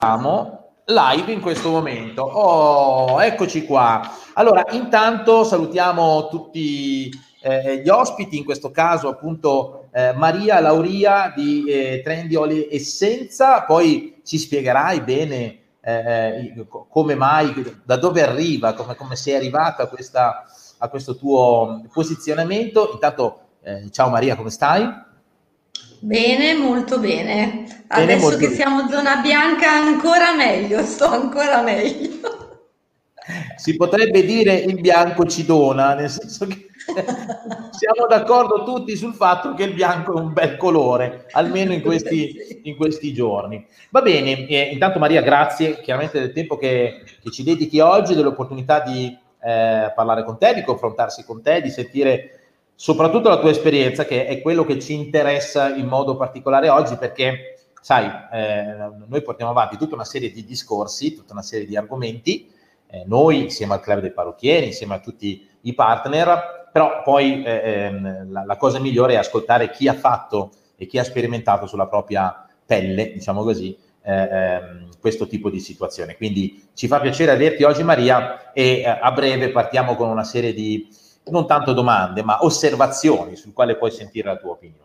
live in questo momento. Oh, eccoci qua. Allora, intanto salutiamo tutti gli ospiti, in questo caso appunto Maria Lauria di Trendy Oli Essenza, poi ci spiegherai bene come mai, da dove arriva, come sei arrivata a questo tuo posizionamento. Intanto, ciao Maria, come stai? Bene, molto bene. Bene, Adesso molto che bene. siamo zona bianca ancora meglio, sto ancora meglio. Si potrebbe dire il bianco ci dona, nel senso che siamo d'accordo tutti sul fatto che il bianco è un bel colore, almeno Sì. in questi giorni. Va bene, intanto Maria, grazie chiaramente del tempo che ci dedichi oggi, dell'opportunità di parlare con te, di confrontarsi con te, di sentire soprattutto la tua esperienza, che è quello che ci interessa in modo particolare oggi, perché sai, noi portiamo avanti tutta una serie di discorsi, tutta una serie di argomenti, noi insieme al club dei parrucchieri, insieme a tutti i partner, però poi la cosa migliore è ascoltare chi ha fatto e chi ha sperimentato sulla propria pelle, diciamo così, questo tipo di situazione. Quindi ci fa piacere averti oggi Maria e a breve partiamo con una serie di, non tanto domande, ma osservazioni sul quale puoi sentire la tua opinione.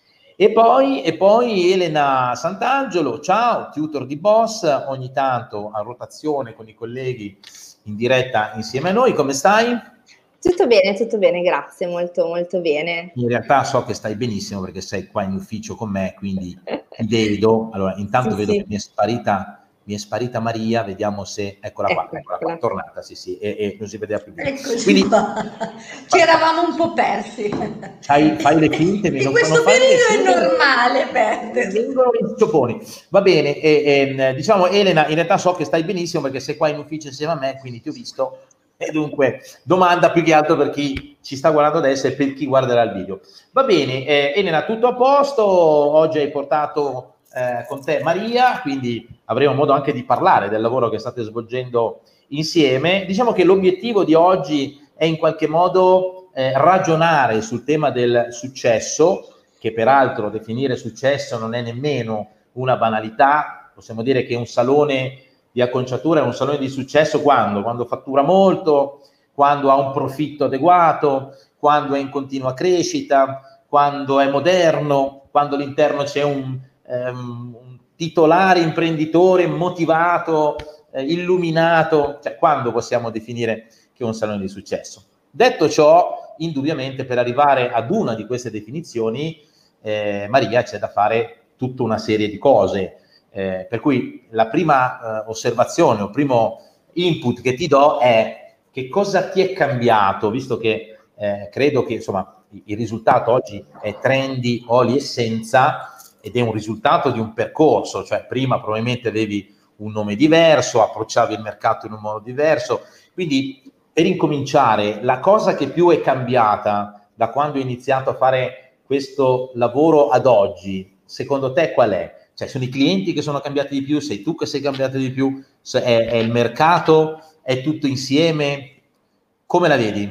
E poi Elena Sant'Angelo, ciao, tutor di Boss, ogni tanto a rotazione con i colleghi in diretta insieme a noi, come stai? Tutto bene, grazie, molto molto bene. In realtà so che stai benissimo perché sei qua in ufficio con me, quindi ti vedo. Allora, intanto Sì, vedo che sì. mi è sparita Maria, vediamo se, eccola qua, Eccola. tornata, sì, e non si vedeva più di me. Eccoci Quindi, qua. Ci eravamo un po' persi. fai le finte, In non questo fai le periodo è finte, normale mi perdersi. vengono i cioponi. Va bene, diciamo Elena, in realtà so che stai benissimo perché sei qua in ufficio insieme a me, quindi ti ho visto. E dunque, domanda più che altro per chi ci sta guardando adesso e per chi guarderà il video. Va bene, Elena, tutto a posto. Oggi hai portato con te Maria, quindi avremo modo anche di parlare del lavoro che state svolgendo insieme. Diciamo che l'obiettivo di oggi è in qualche modo ragionare sul tema del successo, che peraltro definire successo non è nemmeno una banalità. Possiamo dire che un salone di acconciatura è un salone di successo quando fattura molto, quando ha un profitto adeguato, quando è in continua crescita, quando è moderno, quando all'interno c'è un titolare imprenditore motivato, illuminato, cioè quando possiamo definire che è un salone di successo. Detto ciò, indubbiamente per arrivare ad una di queste definizioni, Maria, c'è da fare tutta una serie di cose. Per cui la prima osservazione o primo input che ti do è che cosa ti è cambiato, visto che credo che insomma il risultato oggi è Trendy Oli Essenza ed è un risultato di un percorso, cioè prima probabilmente avevi un nome diverso, approcciavi il mercato in un modo diverso, quindi per incominciare la cosa che più è cambiata da quando hai iniziato a fare questo lavoro ad oggi, secondo te qual è? Cioè, sono i clienti che sono cambiati di più, sei tu che sei cambiato di più, è il mercato, è tutto insieme? Come la vedi?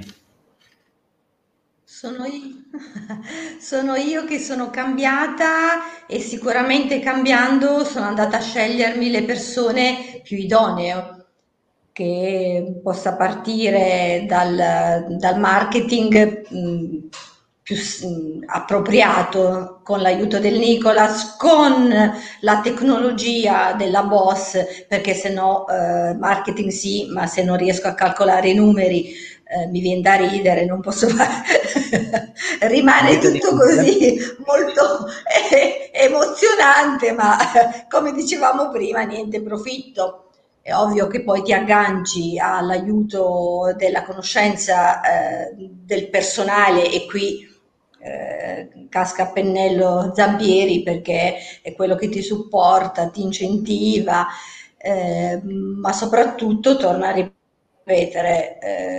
Sono io. Sono io che sono cambiata e sicuramente cambiando sono andata a scegliermi le persone più idonee, che possa partire dal marketing appropriato con l'aiuto del Nicolas, con la tecnologia della Boss, perché se no marketing sì, ma se non riesco a calcolare i numeri mi viene da ridere, non posso fare, rimane Molto tutto difficile. così molto emozionante, ma come dicevamo prima, niente profitto. È ovvio che poi ti agganci all'aiuto della conoscenza del personale e qui casca a pennello Zampieri perché è quello che ti supporta, ti incentiva, ma soprattutto torna a ripetere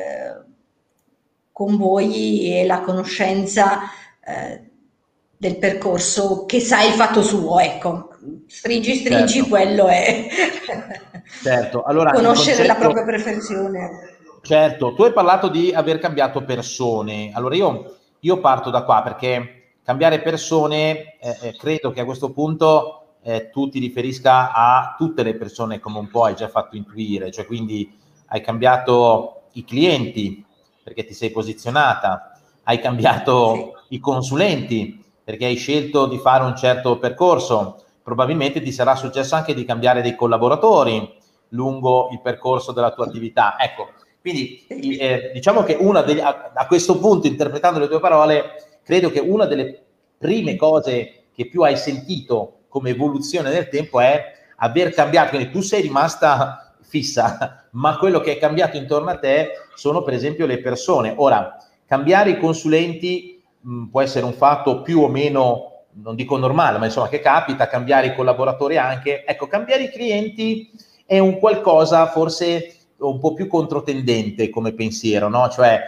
con voi e la conoscenza del percorso che sa il fatto suo, ecco. Stringi, Certo, quello è certo. Allora, il conoscere la concetto, propria perfezione. certo, tu hai parlato di aver cambiato persone. Allora io parto da qua perché cambiare persone credo che a questo punto tu ti riferisca a tutte le persone, come un po' hai già fatto intuire, cioè quindi hai cambiato i clienti perché ti sei posizionata, hai cambiato i consulenti perché hai scelto di fare un certo percorso, probabilmente ti sarà successo anche di cambiare dei collaboratori lungo il percorso della tua attività. Ecco, quindi diciamo che a questo punto, interpretando le tue parole, credo che una delle prime cose che più hai sentito come evoluzione nel tempo è aver cambiato, quindi tu sei rimasta fissa, ma quello che è cambiato intorno a te sono per esempio le persone. Ora, cambiare i consulenti può essere un fatto più o meno, non dico normale, ma insomma che capita, cambiare i collaboratori anche. Ecco, cambiare i clienti è un qualcosa forse un po' più controtendente come pensiero, no? Cioè,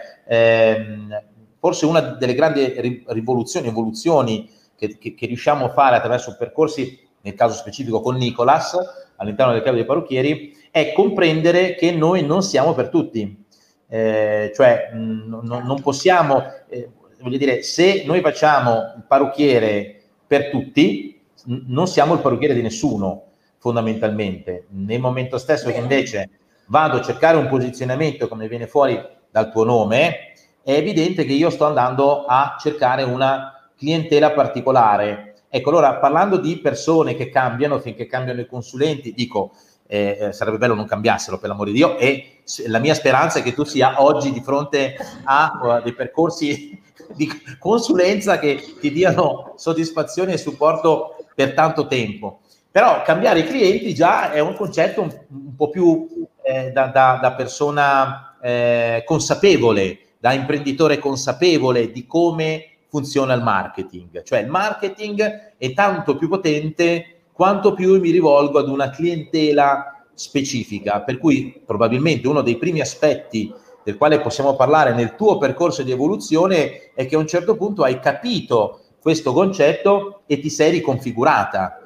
forse una delle grandi evoluzioni che riusciamo a fare attraverso percorsi, nel caso specifico con Nicolas, all'interno del club dei parrucchieri, è comprendere che noi non siamo per tutti. Cioè, non possiamo, voglio dire, se noi facciamo il parrucchiere per tutti, non siamo il parrucchiere di nessuno, fondamentalmente. Nel momento stesso che invece vado a cercare un posizionamento, come viene fuori dal tuo nome, è evidente che io sto andando a cercare una clientela particolare. Ecco, allora, parlando di persone che cambiano, finché cambiano i consulenti, dico, sarebbe bello non cambiassero, per l'amore di Dio, e la mia speranza è che tu sia oggi di fronte a dei percorsi di consulenza che ti diano soddisfazione e supporto per tanto tempo. Però cambiare i clienti già è un concetto un po' più da persona consapevole, da imprenditore consapevole di come funziona il marketing. Cioè il marketing è tanto più potente quanto più mi rivolgo ad una clientela specifica, per cui probabilmente uno dei primi aspetti del quale possiamo parlare nel tuo percorso di evoluzione è che a un certo punto hai capito questo concetto e ti sei riconfigurata.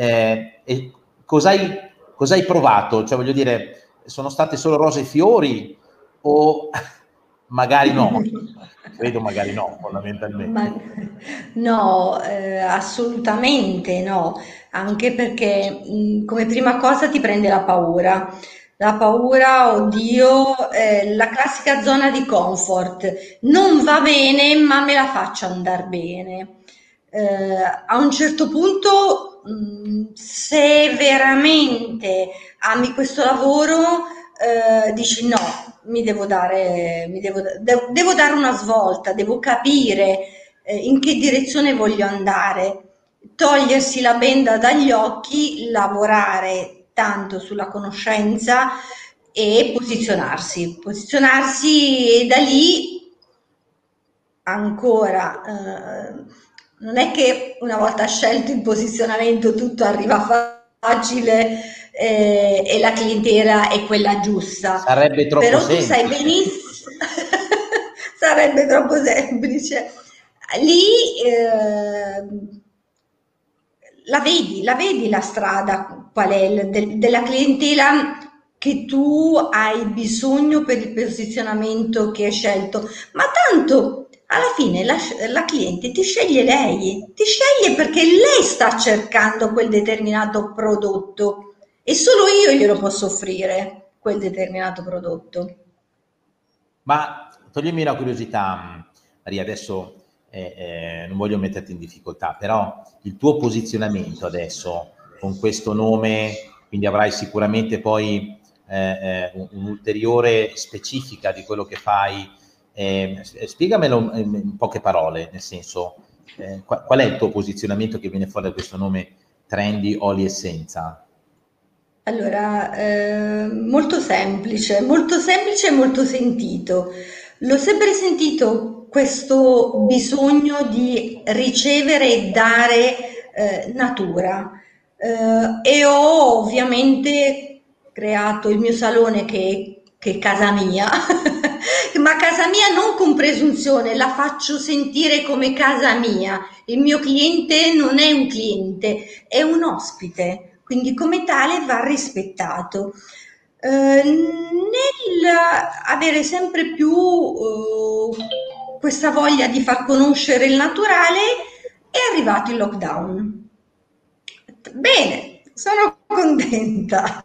E cosa hai provato? Cioè, voglio dire, sono state solo rose e fiori o magari no? Credo magari no, fondamentalmente. No, assolutamente no, anche perché come prima cosa ti prende la paura, oddio, la classica zona di comfort, non va bene, ma me la faccio andare bene. A un certo punto, se veramente ami questo lavoro, dici no, devo dare una svolta, devo capire in che direzione voglio andare, togliersi la benda dagli occhi, lavorare tanto sulla conoscenza e posizionarsi e da lì ancora non è che una volta scelto il posizionamento tutto arriva facile e la clientela è quella giusta. Sarebbe troppo Però tu semplice. sai benissimo, sarebbe troppo semplice. Lì la vedi la strada qual è della clientela che tu hai bisogno per il posizionamento che hai scelto, ma tanto alla fine la cliente ti sceglie lei, ti sceglie perché lei sta cercando quel determinato prodotto e solo io glielo posso offrire, quel determinato prodotto. Ma toglimi una curiosità, Maria, adesso non voglio metterti in difficoltà, però il tuo posizionamento adesso con questo nome, quindi avrai sicuramente poi un'ulteriore specifica di quello che fai. Spiegamelo in poche parole, nel senso, qual è il tuo posizionamento che viene fuori da questo nome Trendy Oli Essenza? Allora, molto semplice e molto sentito. L'ho sempre sentito questo bisogno di ricevere e dare natura. E ho ovviamente creato il mio salone che è casa mia, ma casa mia non con presunzione, la faccio sentire come casa mia. Il mio cliente non è un cliente, è un ospite, quindi come tale va rispettato. Nel avere sempre più questa voglia di far conoscere il naturale è arrivato il lockdown. Bene, sono contenta.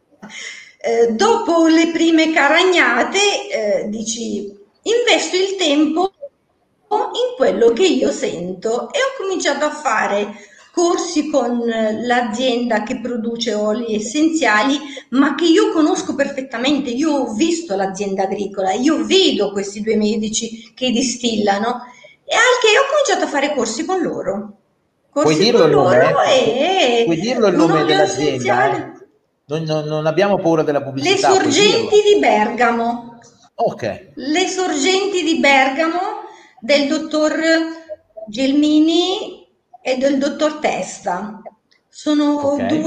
Dopo le prime caragnate, dici, investo il tempo in quello che io sento e ho cominciato a fare corsi con l'azienda che produce oli essenziali, ma che io conosco perfettamente. Io ho visto l'azienda agricola, io vedo questi due medici che distillano e anche ho cominciato a fare corsi con loro. Puoi Corsi dirlo con il nome? loro e Puoi dirlo il un nome olio dell'azienda? essenziale. Non abbiamo paura della Le pubblicità, puoi dirlo. sorgenti di Bergamo. Ok, Le sorgenti di Bergamo del dottor Gelmini e del dottor Testa. ok. Sono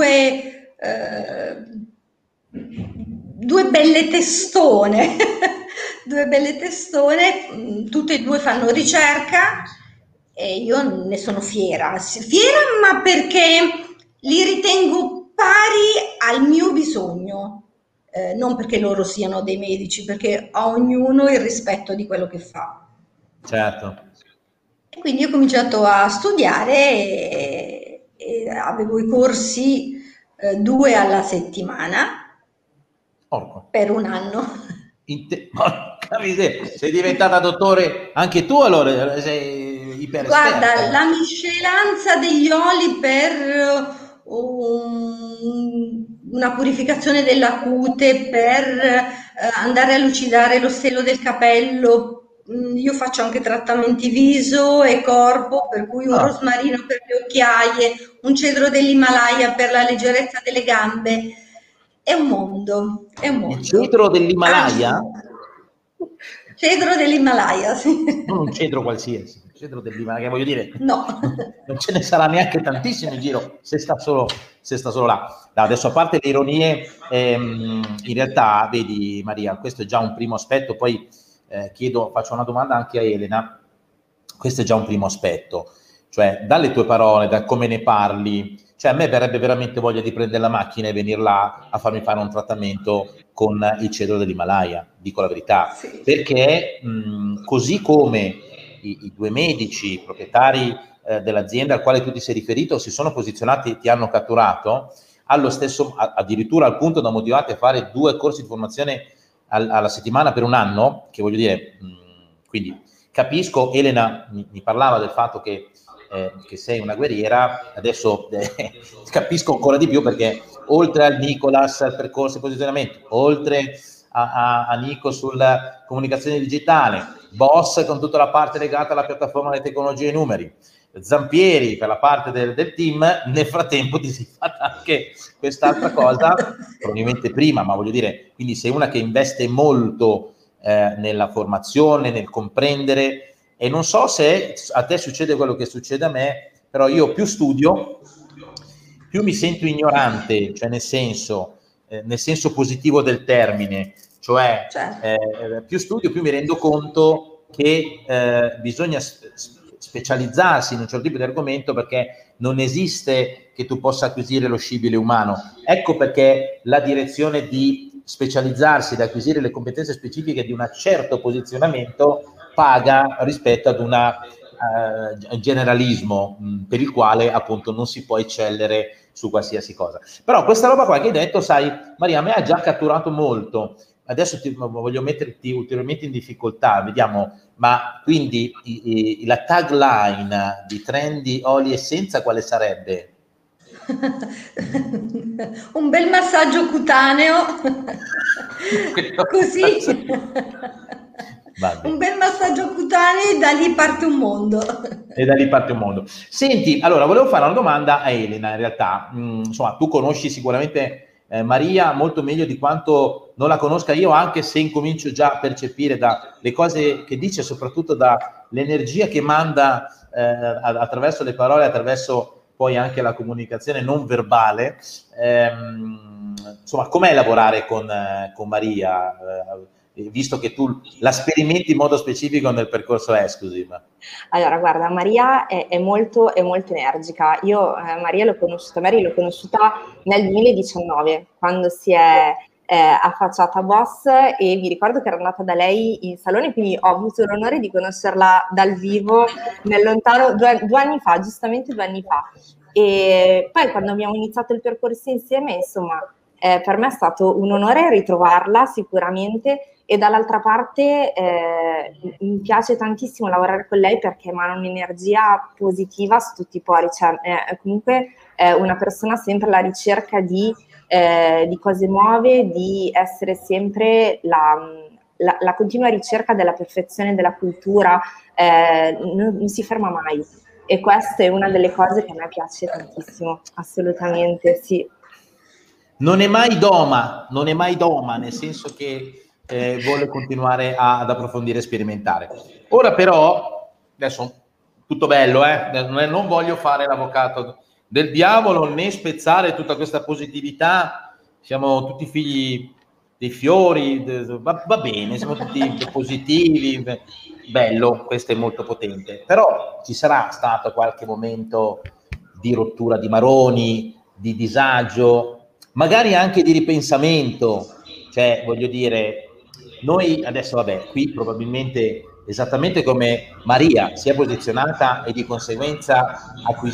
due belle testone, due belle testone, tutte e due fanno ricerca e io ne sono fiera. Fiera, ma perché li ritengo pari al mio bisogno. Non perché loro siano dei medici, perché a ognuno il rispetto di quello che fa. Certo. E quindi ho cominciato a studiare e avevo i corsi 2 alla settimana Porco. per un anno. Porca miseria, sei diventata dottore anche tu allora, sei iper Guarda, esperta. la miscelanza degli oli per una purificazione della cute, per andare a lucidare lo stelo del capello. Io faccio anche trattamenti viso e corpo, per cui un Ah, rosmarino per le occhiaie, un cedro dell'Himalaya per la leggerezza delle gambe. È un mondo, è un il mondo. cedro dell'Himalaya? Cedro dell'Himalaya, sì. Non un cedro qualsiasi, il cedro dell'Himalaya, che voglio dire, No. non ce ne sarà neanche tantissimo in giro se sta solo là. No, adesso a parte le ironie, in realtà, vedi Maria, questo è già un primo aspetto, poi faccio una domanda anche a Elena, questo è già un primo aspetto, cioè dalle tue parole, da come ne parli, cioè a me verrebbe veramente voglia di prendere la macchina e venire là a farmi fare un trattamento con il cedro dell'Himalaya, dico la verità, Sì. perché così come i due medici proprietari dell'azienda al quale tu ti sei riferito si sono posizionati e ti hanno catturato, allo stesso, addirittura al punto da motivarti a fare 2 corsi di formazione alla settimana per un anno, che voglio dire, quindi capisco, Elena mi parlava del fatto che sei una guerriera, adesso capisco ancora di più perché oltre al Nicolas, al percorso di posizionamento, oltre a Nico sulla comunicazione digitale, Boss con tutta la parte legata alla piattaforma delle tecnologie e numeri, Zampieri per la parte del team, nel frattempo ti sei fatta anche quest'altra cosa, probabilmente prima, ma voglio dire, quindi sei una che investe molto nella formazione, nel comprendere, e non so se a te succede quello che succede a me, però io più studio, più mi sento ignorante, cioè nel senso positivo del termine, cioè Certo. più studio, più mi rendo conto che bisogna specializzarsi in un certo tipo di argomento perché non esiste che tu possa acquisire lo scibile umano. Ecco perché la direzione di specializzarsi, di acquisire le competenze specifiche di un certo posizionamento paga rispetto ad un generalismo per il quale appunto non si può eccellere su qualsiasi cosa. Però questa roba qua che hai detto, sai, Maria, a me ha già catturato molto. Adesso voglio metterti ulteriormente in difficoltà, vediamo, ma quindi la tagline di Trendy Oli Essenza quale sarebbe? Un bel massaggio cutaneo, così. Un bel massaggio cutaneo e da lì parte un mondo. E da lì parte un mondo. Senti, allora, volevo fare una domanda a Elena, in realtà. Insomma, tu conosci sicuramente Maria molto meglio di quanto non la conosca io, anche se incomincio già a percepire dalle cose che dice, soprattutto dall'energia che manda attraverso le parole, attraverso poi anche la comunicazione non verbale. Insomma, com'è lavorare con Maria? Visto che tu la sperimenti in modo specifico nel percorso Exclusive. Allora, guarda, Maria è molto energica. Io Mary l'ho conosciuta nel 2019, quando si è affacciata a Boss, e mi ricordo che ero andata da lei in salone, quindi ho avuto l'onore di conoscerla dal vivo nel lontano 2 anni fa, giustamente 2 anni fa. E poi quando abbiamo iniziato il percorso insieme, insomma, per me è stato un onore ritrovarla sicuramente, e dall'altra parte mi piace tantissimo lavorare con lei perché emana un'energia positiva su tutti i pori, cioè è comunque una persona sempre alla ricerca di cose nuove, di essere sempre la continua ricerca della perfezione della cultura, non si ferma mai. E questa è una delle cose che a me piace tantissimo, assolutamente, sì. Non è mai doma, nel senso che vuole continuare ad approfondire e sperimentare. Ora però, adesso tutto bello, non voglio fare l'avvocato del diavolo né spezzare tutta questa positività, siamo tutti figli dei fiori, va bene, siamo tutti positivi, bello, questo è molto potente, però ci sarà stato qualche momento di rottura di maroni, di disagio, magari anche di ripensamento, cioè voglio dire, noi adesso vabbè, qui probabilmente esattamente come Maria si è posizionata e di conseguenza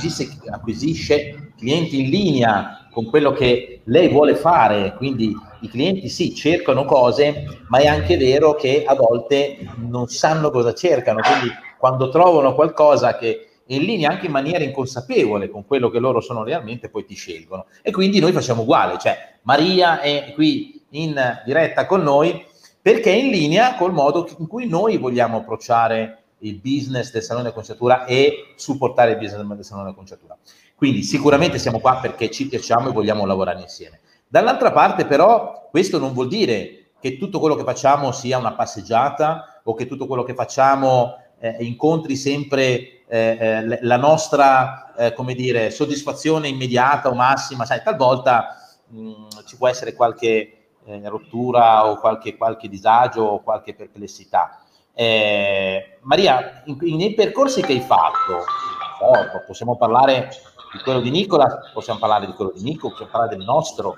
acquisisce clienti in linea con quello che lei vuole fare, quindi i clienti sì, cercano cose, ma è anche vero che a volte non sanno cosa cercano, quindi quando trovano qualcosa che in linea anche in maniera inconsapevole con quello che loro sono realmente, poi ti scelgono. E quindi noi facciamo uguale, cioè Maria è qui in diretta con noi perché è in linea col modo in cui noi vogliamo approcciare il business del Salone Conciatura e supportare il business del Salone Conciatura. Quindi sicuramente siamo qua perché ci piacciamo e vogliamo lavorare insieme. Dall'altra parte però questo non vuol dire che tutto quello che facciamo sia una passeggiata o che tutto quello che facciamo incontri sempre la nostra, come dire, soddisfazione immediata o massima, sai, talvolta ci può essere qualche rottura o qualche disagio o qualche perplessità. Maria, nei percorsi che hai fatto, possiamo parlare di quello di Nicola, possiamo parlare di quello di Nico, possiamo parlare del nostro,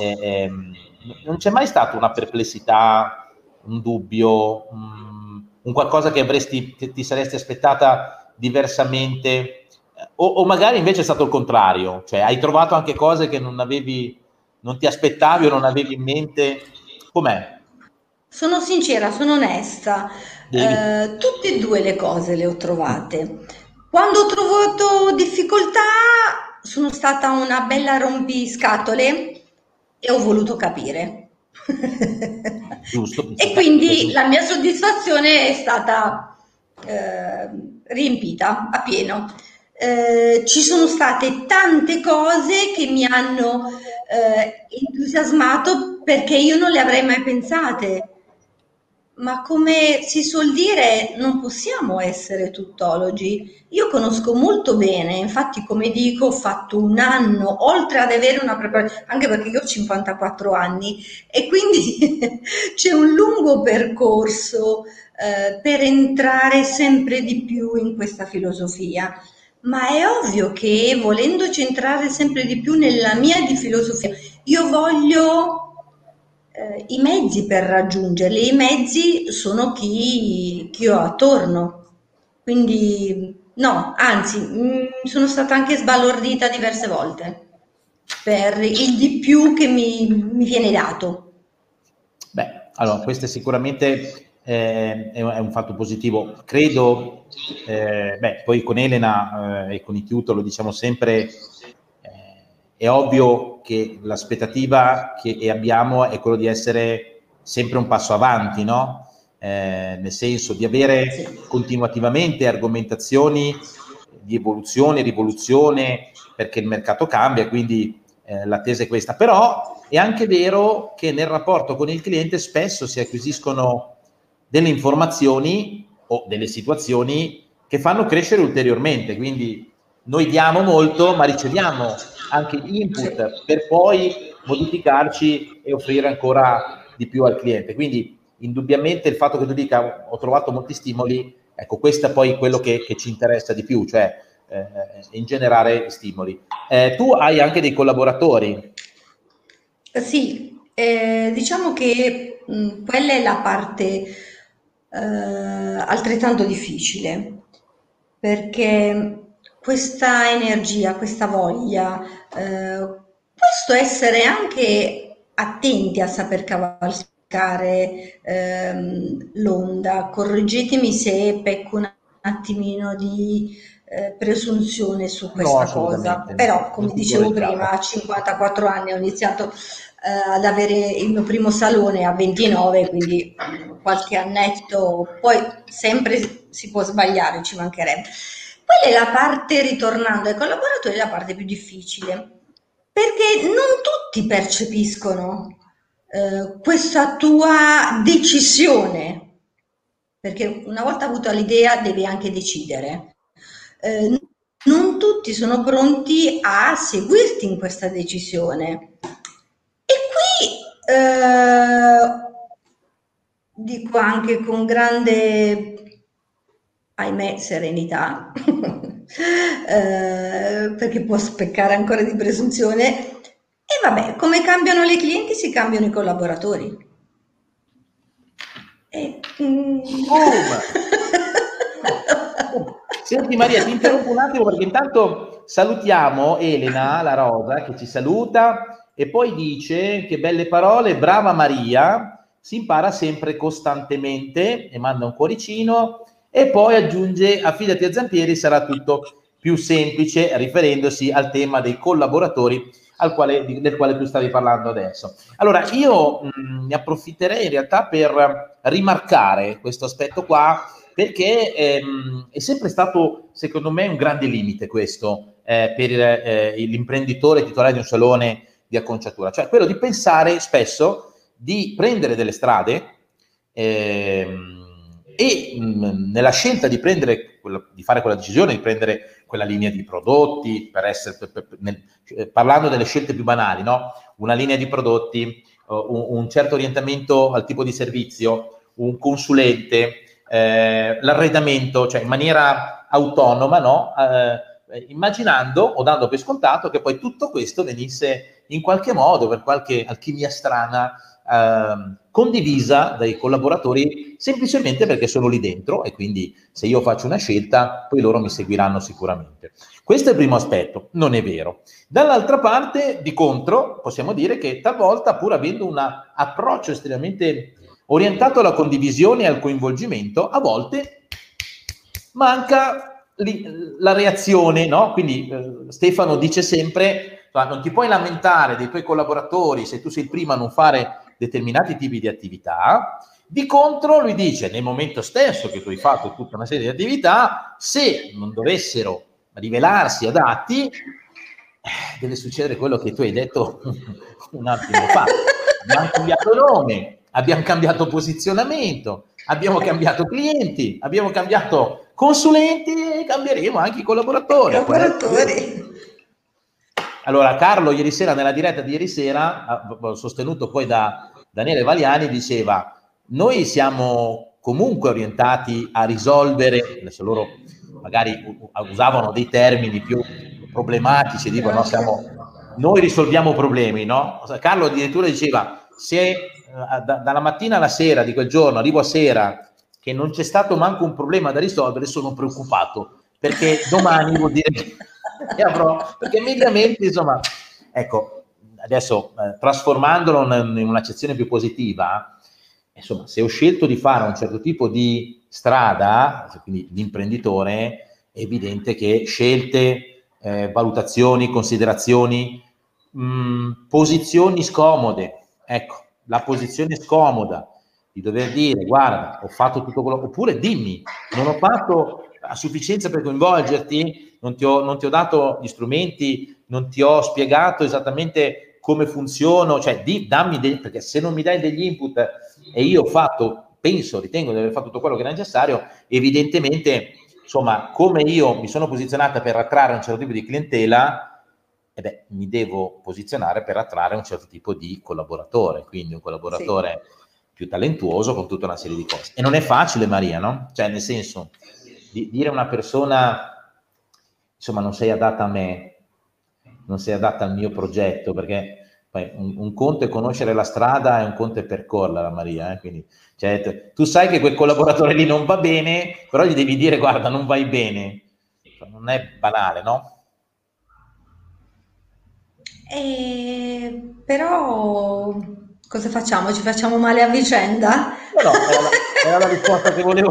non c'è mai stata una perplessità, un dubbio, un qualcosa che ti saresti aspettata diversamente, o magari invece è stato il contrario, cioè hai trovato anche cose che non ti aspettavi o non avevi in mente? Com'è? Sono sincera, sono onesta, tutte e due le cose le ho trovate. Quando ho trovato difficoltà sono stata una bella rompiscatole e ho voluto capire. Giusto? E quindi la mia soddisfazione è stata riempita a pieno. Ci sono state tante cose che mi hanno entusiasmato perché io non le avrei mai pensate. Ma come si suol dire, non possiamo essere tuttologi. Io conosco molto bene, infatti, come dico, ho fatto un anno, oltre ad avere una preparazione, anche perché io ho 54 anni, e quindi c'è un lungo percorso per entrare sempre di più in questa filosofia. Ma è ovvio che volendoci entrare sempre di più nella mia di filosofia, io voglio i mezzi per raggiungerli, i mezzi sono chi ho attorno. Quindi no, anzi, sono stata anche sbalordita diverse volte per il di più che mi viene dato. Beh, allora, questo è sicuramente è un fatto positivo. Credo, poi con Elena e con i tutor lo diciamo sempre, è ovvio che l'aspettativa che abbiamo è quello di essere sempre un passo avanti, no? Nel senso di avere continuativamente argomentazioni di evoluzione, rivoluzione, perché il mercato cambia, quindi l'attesa è questa. Però è anche vero che nel rapporto con il cliente spesso si acquisiscono delle informazioni o delle situazioni che fanno crescere ulteriormente, quindi noi diamo molto ma riceviamo anche input per poi modificarci e offrire ancora di più al cliente. Quindi indubbiamente il fatto che tu dica ho trovato molti stimoli, ecco, questo è poi quello che ci interessa di più, cioè in generare stimoli. Tu hai anche dei collaboratori. Sì, diciamo che quella è la parte altrettanto difficile, perché questa energia, questa voglia, questo essere anche attenti a saper cavalcare l'onda. Correggetemi se pecco un attimino di presunzione su No, questa cosa, assolutamente, però non come ti dicevo correggiamo. prima, a 54 anni ho iniziato ad avere il mio primo salone a 29, quindi qualche annetto, poi sempre si può sbagliare, ci mancherebbe. Qual è la parte, ritornando ai collaboratori, la parte più difficile? Perché non tutti percepiscono questa tua decisione, perché una volta avuta l'idea devi anche decidere. Eh, Non tutti sono pronti a seguirti in questa decisione. E qui dico anche con grande, ahimè, serenità, perché può speccare ancora di presunzione. E vabbè, come cambiano le clienti, si cambiano i collaboratori. E, Boom! Senti Maria, ti interrompo un attimo perché intanto salutiamo Elena La Rosa che ci saluta e poi dice che belle parole, brava Maria, si impara sempre costantemente e manda un cuoricino e poi aggiunge affidati a Zampieri, sarà tutto più semplice, riferendosi al tema dei collaboratori del quale tu stavi parlando adesso. Allora, io ne approfitterei in realtà per rimarcare questo aspetto qua, perché è sempre stato, secondo me, un grande limite questo per l'imprenditore titolare di un salone di acconciatura, cioè quello di pensare spesso di prendere delle strade nella scelta di fare quella decisione, di prendere quella linea di prodotti, parlando delle scelte più banali, no? Una linea di prodotti, un certo orientamento al tipo di servizio, un consulente, l'arredamento, cioè in maniera autonoma, no? Immaginando o dando per scontato che poi tutto questo venisse in qualche modo, per qualche alchimia strana, condivisa dai collaboratori semplicemente perché sono lì dentro e quindi se io faccio una scelta poi loro mi seguiranno sicuramente. Questo è il primo aspetto, non è vero. Dall'altra parte, di contro, possiamo dire che talvolta, pur avendo un approccio estremamente orientato alla condivisione e al coinvolgimento, a volte manca la reazione, no? Quindi Stefano dice sempre, non ti puoi lamentare dei tuoi collaboratori se tu sei il primo a non fare determinati tipi di attività. Di contro lui dice, nel momento stesso che tu hai fatto tutta una serie di attività, se non dovessero rivelarsi adatti, deve succedere quello che tu hai detto un attimo fa. Abbiamo cambiato nome, abbiamo cambiato posizionamento, abbiamo cambiato clienti, abbiamo cambiato consulenti e cambieremo anche i collaboratori. Allora, Carlo ieri sera, nella diretta di ieri sera, sostenuto poi da Daniele Valiani, diceva: noi siamo comunque orientati a risolvere, adesso loro magari usavano dei termini più problematici, dicono noi risolviamo problemi, no? Carlo addirittura diceva: se dalla mattina alla sera di quel giorno arrivo a sera che non c'è stato manco un problema da risolvere, sono preoccupato, perché domani vuol dire che avrò, perché mediamente, insomma, ecco, adesso trasformandolo in un'accezione più positiva, insomma, se ho scelto di fare un certo tipo di strada, quindi di imprenditore, è evidente che scelte, valutazioni, considerazioni, posizioni scomode, ecco, la posizione scomoda di dover dire: guarda, ho fatto tutto quello, oppure dimmi, non ho fatto a sufficienza per coinvolgerti, non ti ho dato gli strumenti, non ti ho spiegato esattamente come funziono, cioè perché se non mi dai degli input e io ritengo di aver fatto tutto quello che era necessario, evidentemente, insomma, come io mi sono posizionata per attrarre un certo tipo di clientela, mi devo posizionare per attrarre un certo tipo di collaboratore, quindi un collaboratore più talentuoso con tutta una serie di cose. E non è facile, Maria, no? Cioè, nel senso, dire a una persona, insomma, non sei adatta a me, non sei adatta al mio progetto, perché poi un conto è conoscere la strada e un conto è percorrerla, Maria, quindi cioè, tu sai che quel collaboratore lì non va bene, però gli devi dire: guarda, non vai bene. non è banale, no? Però cosa facciamo? Ci facciamo male a vicenda? No, era la risposta che volevo.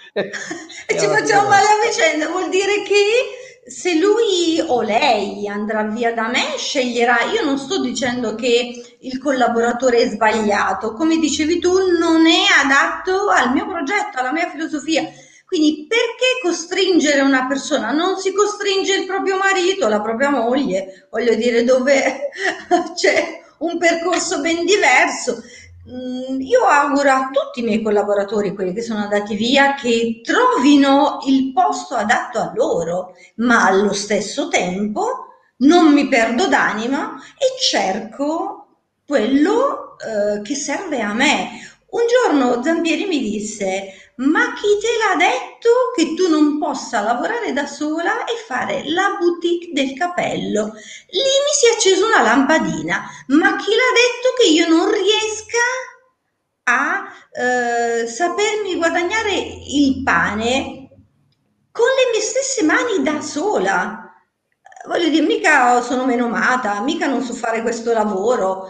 E ci facciamo male a vicenda, vuol dire che se lui o lei andrà via da me, sceglierà. Io non sto dicendo che il collaboratore è sbagliato, come dicevi tu, non è adatto al mio progetto, alla mia filosofia. Quindi perché costringere una persona? Non si costringe il proprio marito, la propria moglie, voglio dire, dove c'è un percorso ben diverso. Io auguro a tutti i miei collaboratori, quelli che sono andati via, che trovino il posto adatto a loro, ma allo stesso tempo non mi perdo d'anima e cerco quello che serve a me. Un giorno Zampieri mi disse: ma chi te l'ha detto che tu non possa lavorare da sola e fare la boutique del capello? Lì mi si è accesa una lampadina. Ma chi l'ha detto che io non riesca a sapermi guadagnare il pane con le mie stesse mani da sola? Voglio dire, mica sono menomata, mica non so fare questo lavoro.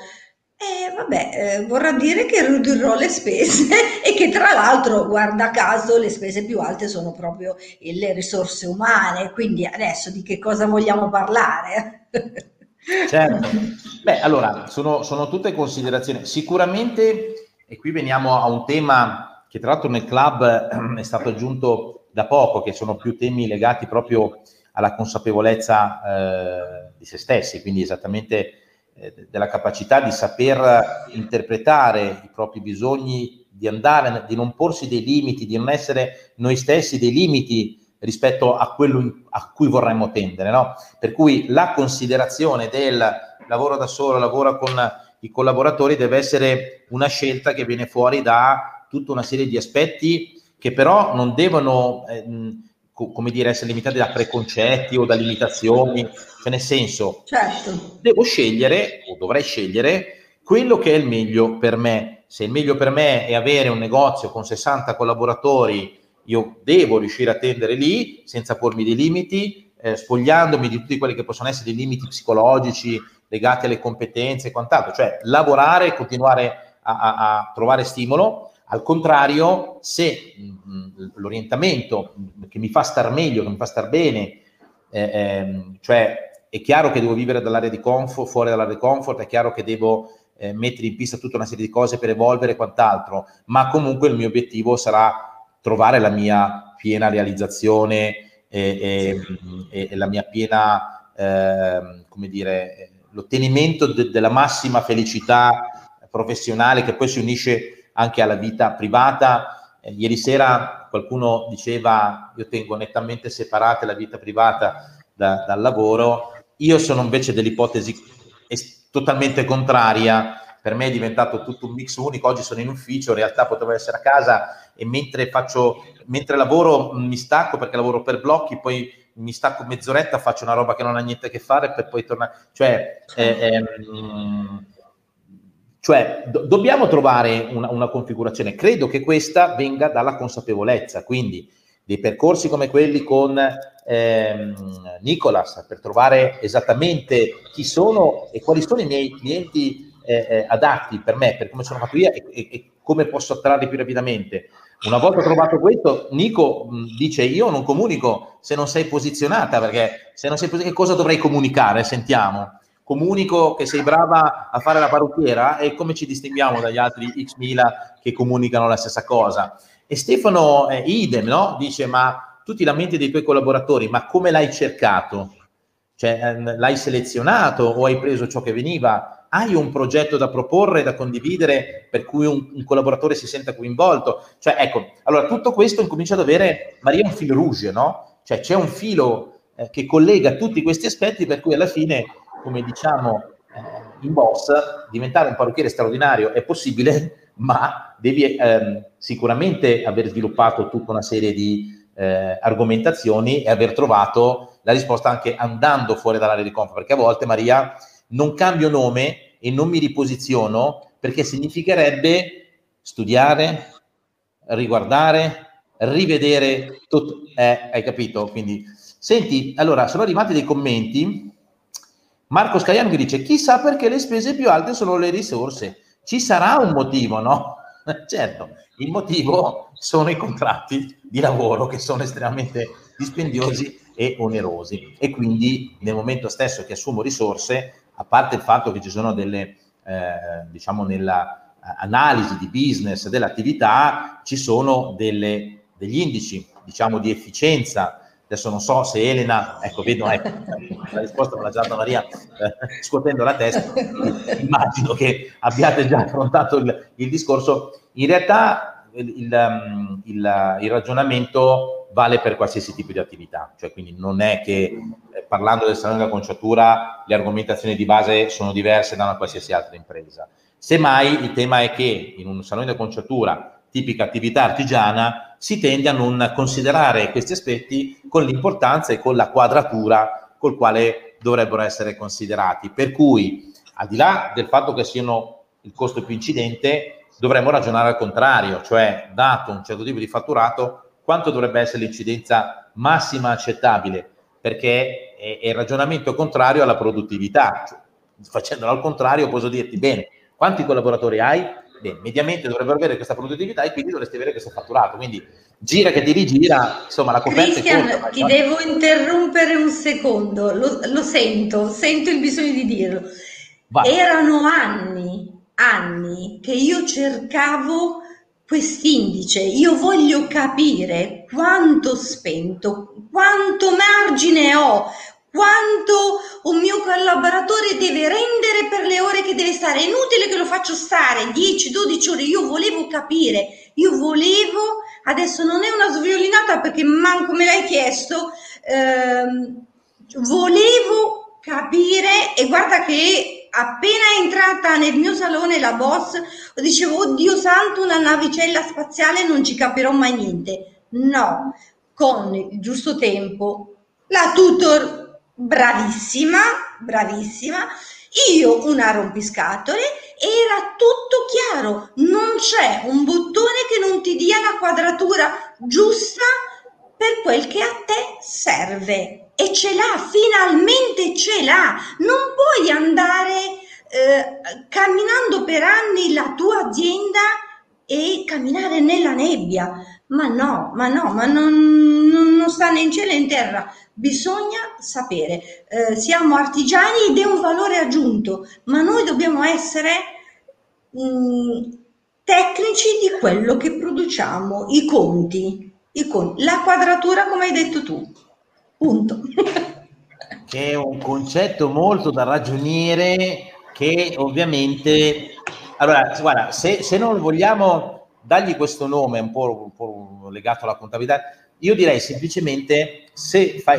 Vorrà dire che ridurrò le spese e che tra l'altro, guarda caso, le spese più alte sono proprio le risorse umane, quindi adesso di che cosa vogliamo parlare? Certo. Beh, allora, sono tutte considerazioni. Sicuramente, e qui veniamo a un tema che tra l'altro nel club è stato aggiunto da poco, che sono più temi legati proprio alla consapevolezza di se stessi, quindi esattamente della capacità di saper interpretare i propri bisogni, di andare, di non porsi dei limiti, di non essere noi stessi dei limiti rispetto a quello a cui vorremmo tendere, no? Per cui la considerazione del lavoro da solo, lavoro con i collaboratori deve essere una scelta che viene fuori da tutta una serie di aspetti che però non devono come dire, essere limitati da preconcetti o da limitazioni, cioè nel senso, certo, devo scegliere o dovrei scegliere quello che è il meglio per me. Se il meglio per me è avere un negozio con 60 collaboratori, io devo riuscire a tendere lì senza pormi dei limiti, spogliandomi di tutti quelli che possono essere dei limiti psicologici legati alle competenze e quant'altro, cioè lavorare e continuare a trovare stimolo. Al contrario, se l'orientamento che mi fa star meglio, che mi fa star bene, cioè è chiaro che devo vivere dall'area di comfort, fuori dall'area di comfort, è chiaro che devo mettere in pista tutta una serie di cose per evolvere e quant'altro, ma comunque il mio obiettivo sarà trovare la mia piena realizzazione e la mia piena, come dire, l'ottenimento della massima felicità professionale che poi si unisce anche alla vita privata. Ieri sera qualcuno diceva: io tengo nettamente separate la vita privata dal lavoro. Io sono invece dell'ipotesi totalmente contraria. Per me è diventato tutto un mix unico. Oggi sono in ufficio, in realtà potevo essere a casa e mentre lavoro mi stacco perché lavoro per blocchi, poi mi stacco mezz'oretta, faccio una roba che non ha niente a che fare per poi tornare. Dobbiamo trovare una configurazione. Credo che questa venga dalla consapevolezza, quindi dei percorsi come quelli con Nicolas, per trovare esattamente chi sono e quali sono i miei clienti adatti per me, per come sono fatto io e come posso attrarli più rapidamente. Una volta trovato questo, Nico dice: io non comunico se non sei posizionata, perché se non sei posizionata, che cosa dovrei comunicare? Sentiamo. Comunico che sei brava a fare la parrucchiera, e come ci distinguiamo dagli altri X mila che comunicano la stessa cosa? E Stefano idem, no? Dice: ma tu ti lamenti dei tuoi collaboratori, ma come l'hai cercato? Cioè, l'hai selezionato o hai preso ciò che veniva? Hai un progetto da proporre, da condividere, per cui un collaboratore si senta coinvolto? Cioè, ecco, allora tutto questo incomincia ad avere, Maria, un fil rouge, no? Cioè c'è un filo che collega tutti questi aspetti, per cui alla fine, come diciamo in boss, diventare un parrucchiere straordinario è possibile, ma devi sicuramente aver sviluppato tutta una serie di argomentazioni e aver trovato la risposta anche andando fuori dall'area di comfort, perché a volte, Maria, non cambio nome e non mi riposiziono perché significherebbe studiare, riguardare, rivedere tutto, hai capito? Quindi Senti, allora, sono arrivati dei commenti. Marco Scaiano che dice: chissà perché le spese più alte sono le risorse. Ci sarà un motivo, no? Certo, il motivo sono i contratti di lavoro che sono estremamente dispendiosi e onerosi, e quindi nel momento stesso che assumo risorse, a parte il fatto che ci sono delle, diciamo, nella analisi di business dell'attività, ci sono degli indici, diciamo, di efficienza. Adesso non so se Elena, ecco, vedo, ecco, la risposta me l'ha già data Maria, scuotendo la testa, immagino che abbiate già affrontato il discorso. In realtà il ragionamento vale per qualsiasi tipo di attività, cioè quindi non è che parlando del salone dell'acconciatura le argomentazioni di base sono diverse da una qualsiasi altra impresa. Semmai il tema è che in un salone dell'acconciatura tipica attività artigiana si tende a non considerare questi aspetti con l'importanza e con la quadratura col quale dovrebbero essere considerati, per cui al di là del fatto che siano il costo più incidente, dovremmo ragionare al contrario, cioè dato un certo tipo di fatturato, quanto dovrebbe essere l'incidenza massima accettabile, perché è il ragionamento contrario alla produttività. Cioè, facendolo al contrario posso dirti, bene, quanti collaboratori hai? Bene, mediamente dovrebbero avere questa produttività e quindi dovresti avere questo fatturato, quindi gira che ti rigira, insomma la coperta Cristian, è corta. ti devo interrompere un secondo, lo sento il bisogno di dirlo. Vai. Erano anni che io cercavo quest'indice, io voglio capire quanto ho spento, quanto margine ho, quanto un mio collaboratore deve rendere per le ore che deve stare. È inutile che lo faccio stare 10-12 ore, io volevo capire, adesso non è una sviolinata perché manco me l'hai chiesto, volevo capire, e guarda che appena è entrata nel mio salone la boss, dicevo, oddio santo, una navicella spaziale, non ci capirò mai niente. No, con il giusto tempo, la tutor bravissima, io una rompiscatole, era tutto chiaro, non c'è un bottone che non ti dia la quadratura giusta per quel che a te serve, e ce l'ha, finalmente ce l'ha. Non puoi andare camminando per anni la tua azienda e camminare nella nebbia, ma non sta né in cielo né in terra. Bisogna sapere, siamo artigiani ed è un valore aggiunto, ma noi dobbiamo essere tecnici di quello che produciamo, i conti, la quadratura come hai detto tu, punto. Che è un concetto molto da ragioniere, che ovviamente, allora guarda, se non vogliamo dargli questo nome un po' legato alla contabilità, io direi semplicemente, se fai,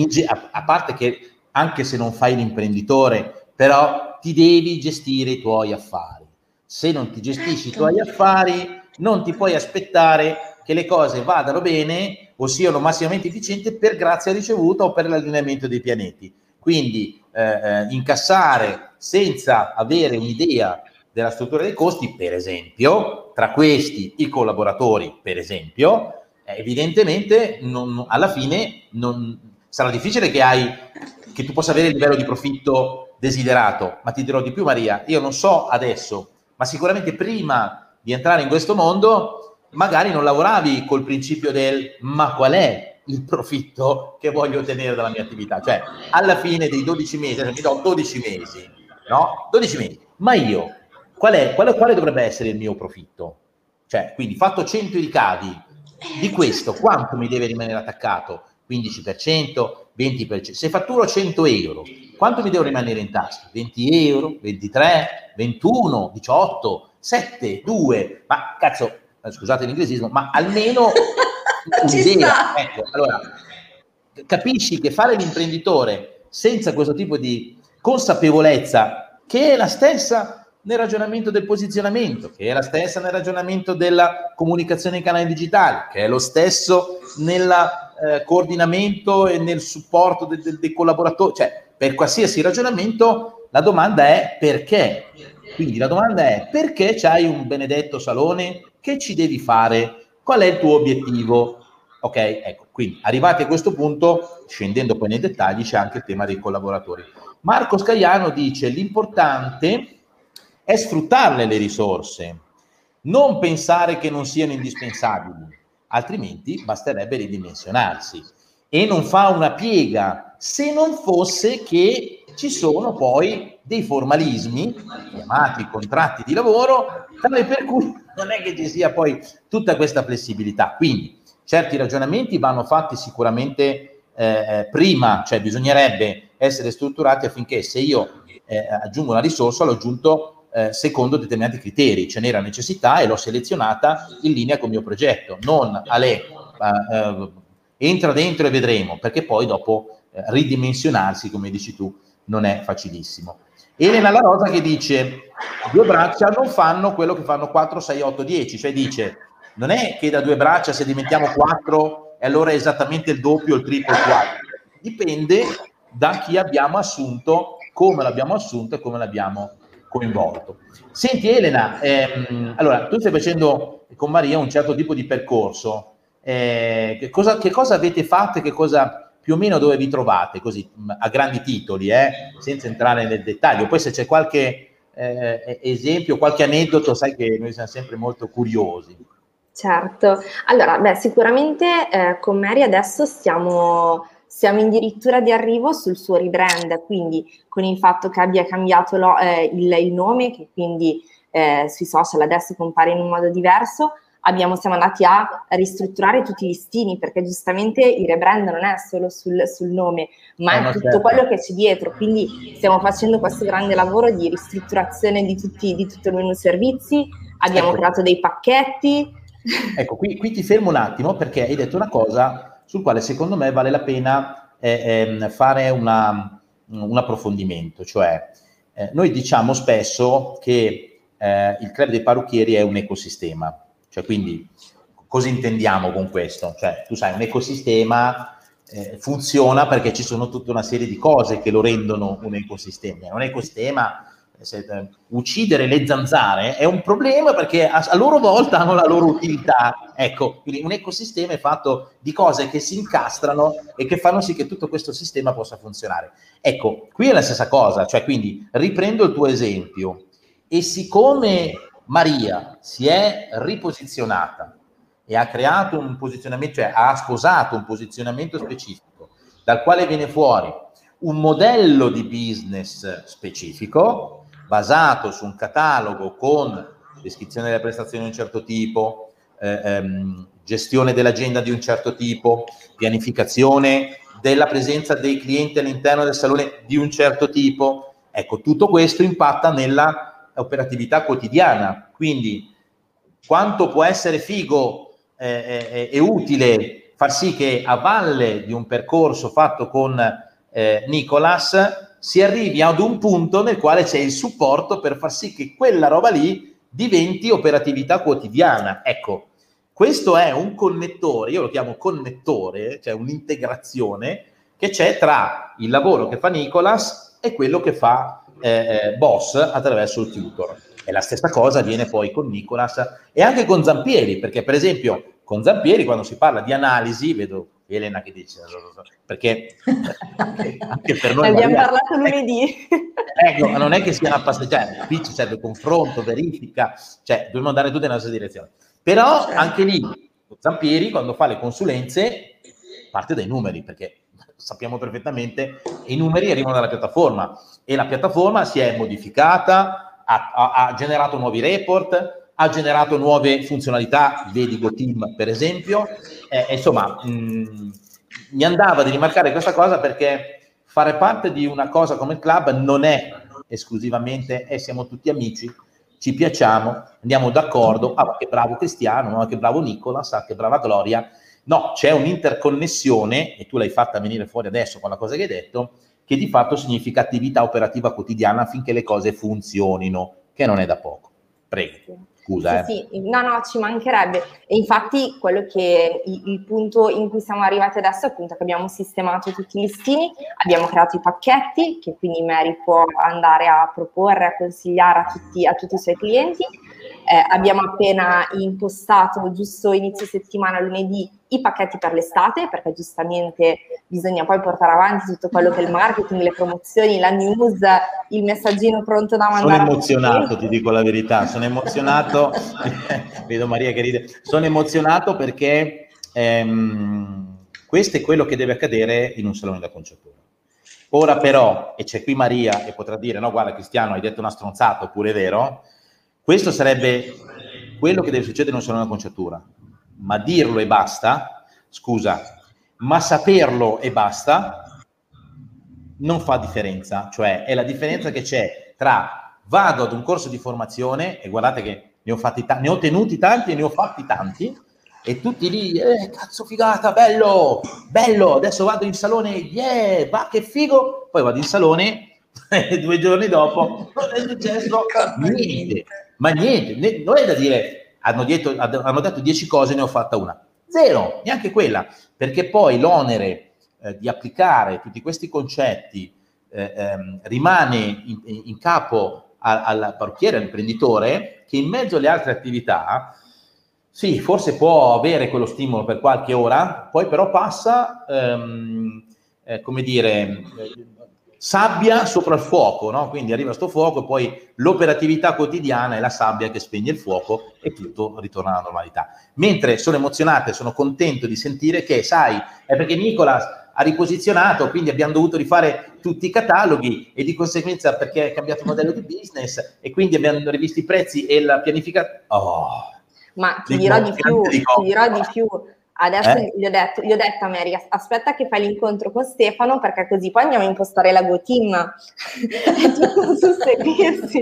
a parte che anche se non fai l'imprenditore, però ti devi gestire i tuoi affari. Se non ti gestisci i tuoi affari, non ti puoi aspettare che le cose vadano bene o siano massimamente efficienti per grazia ricevuta o per l'allineamento dei pianeti. Quindi incassare senza avere un'idea della struttura dei costi, per esempio, tra questi i collaboratori, per esempio, evidentemente alla fine sarà difficile che tu possa avere il livello di profitto desiderato. Ma ti dirò di più, Maria, io non so adesso, ma sicuramente prima di entrare in questo mondo magari non lavoravi col principio del ma qual è il profitto che voglio ottenere dalla mia attività, cioè alla fine dei 12 mesi, mi do 12 mesi, no? 12 mesi, ma io quale dovrebbe essere il mio profitto? Cioè, quindi fatto 100 ricavi, di questo quanto mi deve rimanere attaccato? 15%, 20%. Se fatturo 100 euro, quanto mi devo rimanere in tasca? 20 euro, 23, 21, 18, 7, 2, ma cazzo, scusate l'inglesismo, ma almeno un'idea. Ecco, allora, capisci che fare l'imprenditore senza questo tipo di consapevolezza, che è la stessa nel ragionamento del posizionamento, che è la stessa nel ragionamento della comunicazione ai canali digitali, che è lo stesso nel coordinamento e nel supporto dei collaboratori, cioè per qualsiasi ragionamento la domanda è perché. Quindi la domanda è perché c'hai un benedetto salone, che ci devi fare, qual è il tuo obiettivo? Ok, ecco, quindi arrivati a questo punto, scendendo poi nei dettagli, c'è anche il tema dei collaboratori. Marco Scaiano dice: l'importante è sfruttarle le risorse, non pensare che non siano indispensabili, altrimenti basterebbe ridimensionarsi, e non fa una piega se non fosse che ci sono poi dei formalismi chiamati contratti di lavoro, tale per cui non è che ci sia poi tutta questa flessibilità. Quindi certi ragionamenti vanno fatti sicuramente prima, cioè bisognerebbe essere strutturati affinché se io aggiungo una risorsa l'ho aggiunto secondo determinati criteri, ce n'era necessità e l'ho selezionata in linea con il mio progetto, non entra dentro e vedremo, perché poi dopo ridimensionarsi, come dici tu, non è facilissimo. Elena La Rosa che dice: due braccia non fanno quello che fanno 4, 6, 8, 10, cioè dice non è che da due braccia se diventiamo 4 e allora è esattamente il doppio, il triplo, il quarto, dipende da chi abbiamo assunto, come l'abbiamo assunto e come l'abbiamo coinvolto. Senti Elena, allora tu stai facendo con Maria un certo tipo di percorso, che cosa avete fatto e che cosa più o meno dove vi trovate, così a grandi titoli, senza entrare nel dettaglio. Poi se c'è qualche esempio, qualche aneddoto, sai che noi siamo sempre molto curiosi. Certo, allora, sicuramente con Mary adesso siamo in dirittura di arrivo sul suo rebrand, quindi con il fatto che abbia cambiato il nome, che quindi sui social adesso compare in un modo diverso, siamo andati a ristrutturare tutti i listini, perché giustamente il rebrand non è solo sul nome, ma è tutto quello che c'è dietro, quindi stiamo facendo questo grande lavoro di ristrutturazione di tutto il menu servizi, abbiamo creato dei pacchetti. Ecco, qui ti fermo un attimo, perché hai detto una cosa sul quale secondo me vale la pena fare un approfondimento, cioè noi diciamo spesso che il club dei parrucchieri è un ecosistema, cioè quindi cosa intendiamo con questo? Cioè tu sai, un ecosistema funziona perché ci sono tutta una serie di cose che lo rendono un ecosistema. Un ecosistema, uccidere le zanzare è un problema perché a loro volta hanno la loro utilità. Ecco, quindi un ecosistema è fatto di cose che si incastrano e che fanno sì che tutto questo sistema possa funzionare. Ecco, qui è la stessa cosa, cioè quindi riprendo il tuo esempio e siccome Maria si è riposizionata e ha creato un posizionamento, cioè ha sposato un posizionamento specifico dal quale viene fuori un modello di business specifico basato su un catalogo con descrizione delle prestazioni di un certo tipo, gestione dell'agenda di un certo tipo, pianificazione della presenza dei clienti all'interno del salone di un certo tipo. Ecco, tutto questo impatta nella operatività quotidiana, quindi quanto può essere figo e utile far sì che a valle di un percorso fatto con Nicolas si arrivi ad un punto nel quale c'è il supporto per far sì che quella roba lì diventi operatività quotidiana. Ecco, questo è un connettore, io lo chiamo connettore, cioè un'integrazione che c'è tra il lavoro che fa Nicolas e quello che fa Boss attraverso il tutor. E la stessa cosa avviene poi con Nicolas e anche con Zampieri, perché per esempio con Zampieri quando si parla di analisi, vedo Elena che dice, perché anche per noi abbiamo parlato lunedì. Ecco, non è che sia una passeggiata, qui ci serve confronto, verifica, cioè dobbiamo andare tutte nella stessa direzione. Però anche lì Zampieri quando fa le consulenze parte dai numeri, perché sappiamo perfettamente i numeri arrivano dalla piattaforma e la piattaforma si è modificata, ha generato nuovi report, ha generato nuove funzionalità, vedi GoTeam per esempio, insomma mi andava di rimarcare questa cosa perché fare parte di una cosa come il club non è esclusivamente siamo tutti amici, ci piacciamo, andiamo d'accordo, ma che bravo Cristiano, ma che bravo Nicolas, che brava Gloria. No, c'è un'interconnessione, e tu l'hai fatta venire fuori adesso con la cosa che hai detto, che di fatto significa attività operativa quotidiana affinché le cose funzionino, che non è da poco. Prego. Scusa, sì, no, ci mancherebbe. E infatti quello che il punto in cui siamo arrivati adesso è appunto che abbiamo sistemato tutti i listini, abbiamo creato i pacchetti che quindi Mary può andare a proporre, a consigliare a tutti i suoi clienti. abbiamo appena impostato, giusto inizio settimana, lunedì, i pacchetti per l'estate, perché giustamente bisogna poi portare avanti tutto quello che è il marketing, le promozioni, la news, il messaggino pronto da mandare. Sono emozionato, ti dico la verità, sono emozionato, vedo Maria che ride, sono emozionato perché questo è quello che deve accadere in un salone da conciatura. Ora però, e c'è qui Maria e potrà dire, no guarda Cristiano hai detto una stronzata, oppure è vero, questo sarebbe quello che deve succedere in un salone da conciatura, ma dirlo e basta, scusa, ma saperlo e basta non fa differenza, cioè è la differenza che c'è tra vado ad un corso di formazione e guardate che ne ho tenuti tanti e ne ho fatti tanti e tutti lì, cazzo figata, bello, bello, adesso vado in salone, yeah, va che figo, poi vado in salone e 2 giorni dopo non è successo niente, ma niente, non è da dire, hanno detto 10 cose, ne ho fatta una, 0, neanche quella, perché poi l'onere di applicare tutti questi concetti rimane in capo al parrucchiere, all'imprenditore, che in mezzo alle altre attività sì, forse può avere quello stimolo per qualche ora, poi però passa, come dire, sabbia sopra il fuoco, no? Quindi arriva sto fuoco e poi l'operatività quotidiana è la sabbia che spegne il fuoco e tutto ritorna alla normalità. Mentre sono emozionato e sono contento di sentire che, sai, è perché Nicolas ha riposizionato, quindi abbiamo dovuto rifare tutti i cataloghi e di conseguenza perché è cambiato il modello di business e quindi abbiamo rivisto i prezzi e la pianificazione. Oh, ma ti dirò di più. Adesso gli ho detto a Mary, aspetta che fai l'incontro con Stefano perché così poi andiamo a impostare la GoTeam. È tutto un susseguirsi.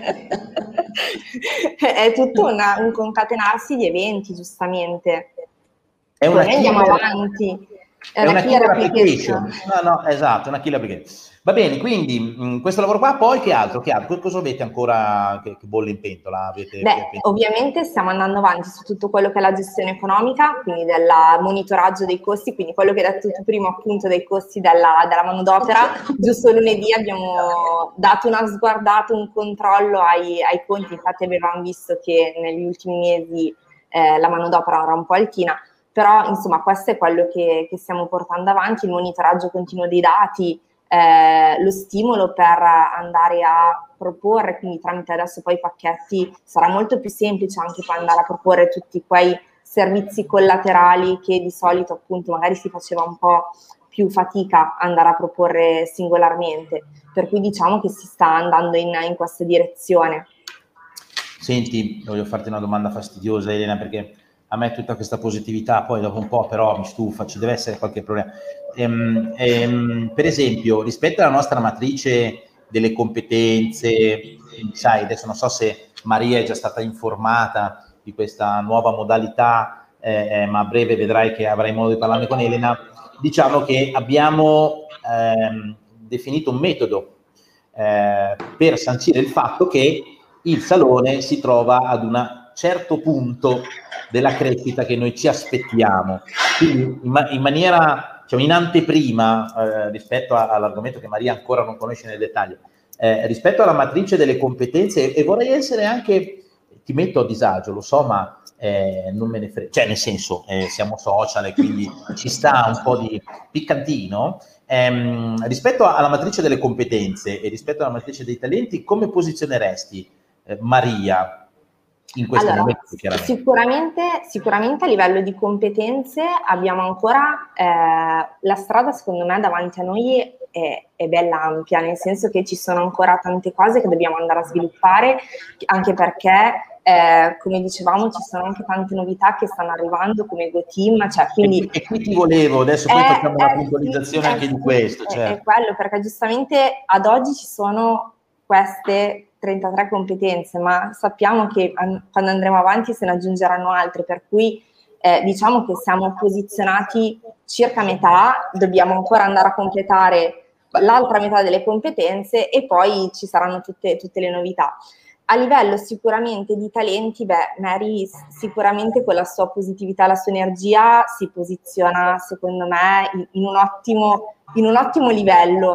È tutto un concatenarsi di eventi, giustamente. È una andiamo avanti. È una killer application. No, esatto, una killer application. Va bene, quindi questo lavoro qua, poi che altro? Cosa avete ancora che bolle in pentola? Ovviamente stiamo andando avanti su tutto quello che è la gestione economica, quindi del monitoraggio dei costi, quindi quello che hai detto tu prima appunto dei costi della manodopera. Giusto lunedì abbiamo dato una sguardata, un controllo ai conti, infatti avevamo visto che negli ultimi mesi la manodopera era un po' altina, però insomma questo è quello che stiamo portando avanti, il monitoraggio continuo dei dati, lo stimolo per andare a proporre, quindi tramite adesso poi i pacchetti sarà molto più semplice anche poi andare a proporre tutti quei servizi collaterali che di solito appunto magari si faceva un po' più fatica andare a proporre singolarmente, per cui diciamo che si sta andando in questa direzione. Senti, voglio farti una domanda fastidiosa Elena, perché a me tutta questa positività poi dopo un po' però mi stufa, ci deve essere qualche problema. Per esempio, rispetto alla nostra matrice delle competenze, sai, adesso non so se Maria è già stata informata di questa nuova modalità, ma a breve vedrai che avrai modo di parlarne con Elena. Diciamo che abbiamo definito un metodo per sancire il fatto che il salone si trova ad un certo punto della crescita che noi ci aspettiamo, quindi in maniera, cioè in anteprima rispetto all'argomento che Maria ancora non conosce nel dettaglio, rispetto alla matrice delle competenze, e vorrei essere anche, ti metto a disagio, lo so, ma non me ne frega, cioè nel senso siamo social e quindi ci sta un po' di piccantino, rispetto alla matrice delle competenze e rispetto alla matrice dei talenti, come posizioneresti Maria in questo momento? Sicuramente a livello di competenze abbiamo ancora la strada, secondo me, davanti a noi è bella ampia, nel senso che ci sono ancora tante cose che dobbiamo andare a sviluppare, anche perché come dicevamo ci sono anche tante novità che stanno arrivando come GoTeam, cioè, quindi, e qui ti volevo, adesso poi facciamo una puntualizzazione anche di questo. È quello, perché giustamente ad oggi ci sono queste 33 competenze, ma sappiamo che quando andremo avanti se ne aggiungeranno altre, per cui diciamo che siamo posizionati circa a metà, dobbiamo ancora andare a completare l'altra metà delle competenze e poi ci saranno tutte le novità. A livello sicuramente di talenti, Mary sicuramente con la sua positività, la sua energia si posiziona secondo me in un ottimo livello.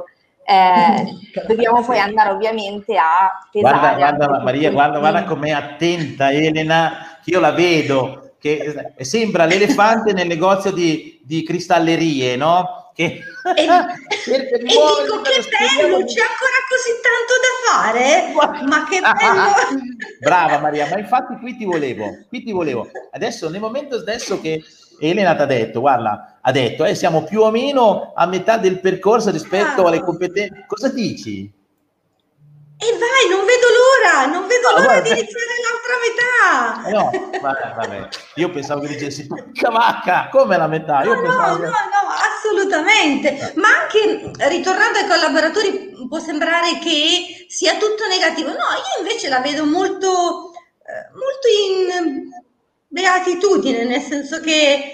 Dobbiamo poi andare ovviamente a pesare. Guarda Maria, guarda com'è attenta Elena, che io la vedo, che sembra l'elefante nel negozio di cristallerie, no? Che cerca di dico che bello, c'è ancora così tanto da fare, ma che bello. Brava Maria, ma infatti qui ti volevo. Adesso nel momento adesso che Elena ti ha detto, guarda, ha detto, siamo più o meno a metà del percorso rispetto alle competenze, cosa dici? E vai, non vedo l'ora di iniziare l'altra metà. No, vabbè. Io pensavo che dicessi, porca vacca, come la metà? No, assolutamente. Ma anche ritornando ai collaboratori può sembrare che sia tutto negativo. No, io invece la vedo molto in beatitudine, nel senso che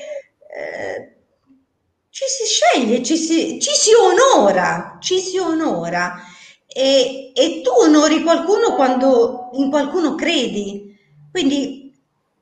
ci si sceglie, ci si onora. E tu onori qualcuno quando in qualcuno credi. Quindi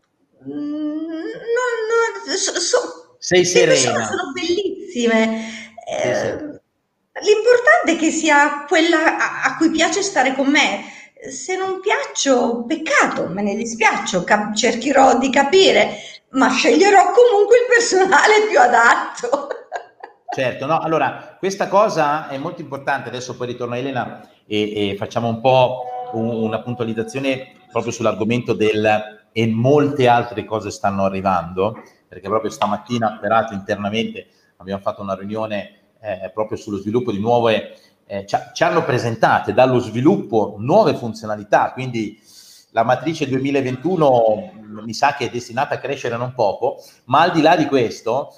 sei serena. Sono bellissime. L'importante è che sia quella a cui piace stare con me. Se non piaccio, peccato, me ne dispiaccio, cercherò di capire, ma sceglierò comunque il personale più adatto. Certo, no, allora questa cosa è molto importante, adesso poi ritorno a Elena e facciamo un po' una puntualizzazione proprio sull'argomento e molte altre cose stanno arrivando, perché proprio stamattina, peraltro internamente, abbiamo fatto una riunione proprio sullo sviluppo di nuove, ci hanno presentate dallo sviluppo nuove funzionalità, quindi la matrice 2021 mi sa che è destinata a crescere non poco, ma al di là di questo,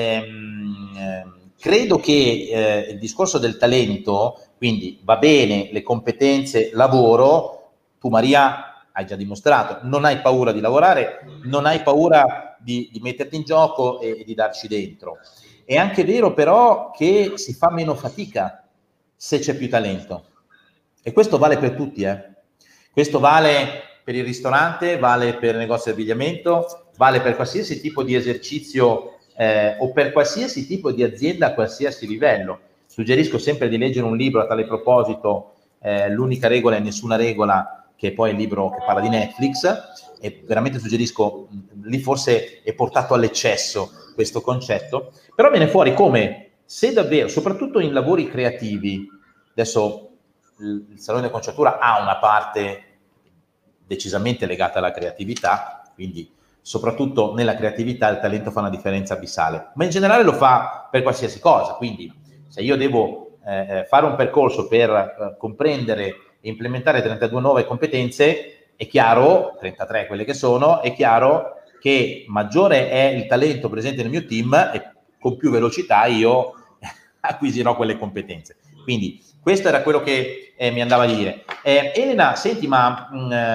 credo che il discorso del talento, quindi va bene le competenze, lavoro, tu Maria hai già dimostrato, non hai paura di lavorare, non hai paura di metterti in gioco e di darci dentro. È anche vero però che si fa meno fatica se c'è più talento, e questo vale per tutti, questo vale per il ristorante, vale per il negozio di abbigliamento, vale per qualsiasi tipo di esercizio o per qualsiasi tipo di azienda a qualsiasi livello. Suggerisco sempre di leggere un libro a tale proposito, L'unica regola è nessuna regola, che è poi il libro che parla di Netflix, e veramente suggerisco, lì forse è portato all'eccesso questo concetto, però viene fuori come se davvero, soprattutto in lavori creativi, adesso il Salone della Conciatura ha una parte decisamente legata alla creatività, quindi soprattutto nella creatività il talento fa una differenza abissale, ma in generale lo fa per qualsiasi cosa. Quindi se io devo fare un percorso per comprendere e implementare 32 nuove competenze, è chiaro, 33 quelle che sono, è chiaro che maggiore è il talento presente nel mio team e con più velocità io acquisirò quelle competenze. Quindi questo era quello che mi andava di dire. Elena, senti, ma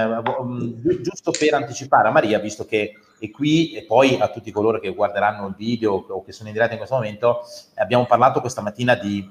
giusto per anticipare a Maria, visto che è qui, e poi a tutti coloro che guarderanno il video o che sono in diretta in questo momento, abbiamo parlato questa mattina di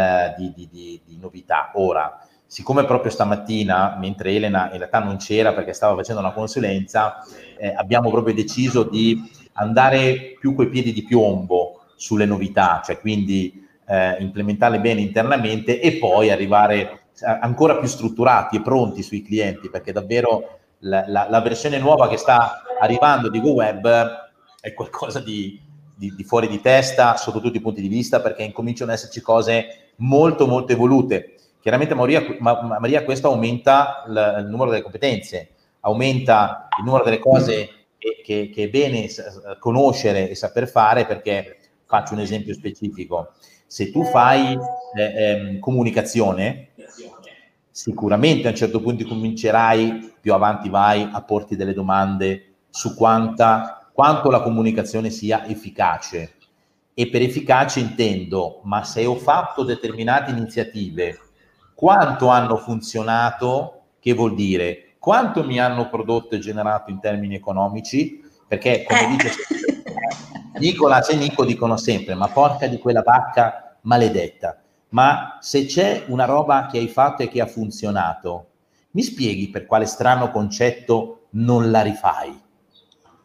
novità. Ora, siccome proprio stamattina, mentre Elena in realtà non c'era perché stava facendo una consulenza, abbiamo proprio deciso di andare più coi piedi di piombo sulle novità, cioè quindi implementarle bene internamente e poi arrivare ancora più strutturati e pronti sui clienti, perché davvero la versione nuova che sta arrivando di GoWeb è qualcosa di fuori di testa sotto tutti i punti di vista, perché incominciano ad esserci cose molto molto evolute. Chiaramente Maria, questo aumenta il numero delle competenze, aumenta il numero delle cose che è bene conoscere e saper fare, perché faccio un esempio specifico. Se tu fai comunicazione, sicuramente a un certo punto comincerai, più avanti vai, a porti delle domande su quanto la comunicazione sia efficace. E per efficace intendo, ma se ho fatto determinate iniziative, quanto hanno funzionato, che vuol dire? Quanto mi hanno prodotto e generato in termini economici? Perché, come dice Nicolas e Nico dicono sempre, ma porca di quella vacca maledetta, ma se c'è una roba che hai fatto e che ha funzionato, mi spieghi per quale strano concetto non la rifai?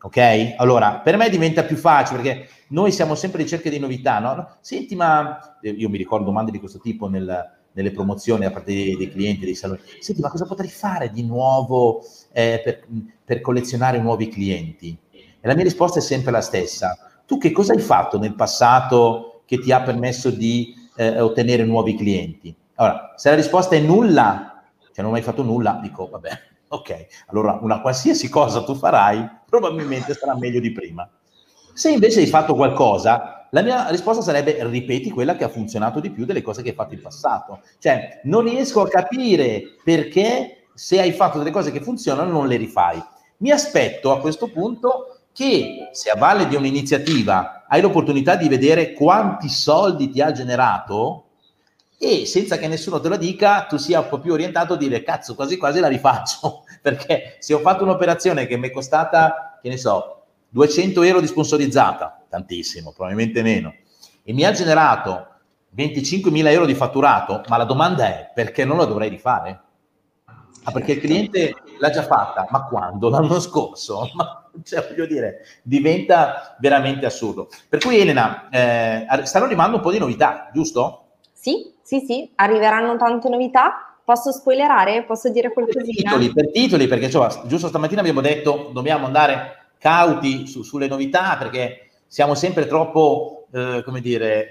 ok? Allora, per me diventa più facile, perché noi siamo sempre in ricerca di novità, no? Senti, ma io mi ricordo domande di questo tipo nelle promozioni da parte dei clienti, dei saloni. Senti, ma cosa potrei fare di nuovo per collezionare nuovi clienti? E la mia risposta è sempre la stessa. Tu che cosa hai fatto nel passato che ti ha permesso di ottenere nuovi clienti? Allora, se la risposta è nulla, cioè non hai fatto nulla, dico, vabbè, ok, allora una qualsiasi cosa tu farai probabilmente sarà meglio di prima. Se invece hai fatto qualcosa, la mia risposta sarebbe ripeti quella che ha funzionato di più delle cose che hai fatto in passato. Cioè, non riesco a capire perché se hai fatto delle cose che funzionano non le rifai. Mi aspetto a questo punto che, se a valle di un'iniziativa hai l'opportunità di vedere quanti soldi ti ha generato, e senza che nessuno te lo dica, tu sia un po' più orientato a dire cazzo, quasi quasi la rifaccio, perché se ho fatto un'operazione che mi è costata, che ne so, 200 euro di sponsorizzata, tantissimo, probabilmente meno, e mi ha generato 25.000 euro di fatturato, ma la domanda è perché non la dovrei rifare? Ah, perché il cliente l'ha già fatta, ma quando? L'anno scorso? Ma, cioè, voglio dire, diventa veramente assurdo. Per cui Elena, stanno arrivando un po' di novità, giusto? Sì, arriveranno tante novità. Posso spoilerare? Posso dire qualcosina? Per titoli, perché insomma, giusto stamattina abbiamo detto dobbiamo andare cauti sulle novità, perché siamo sempre troppo, come dire...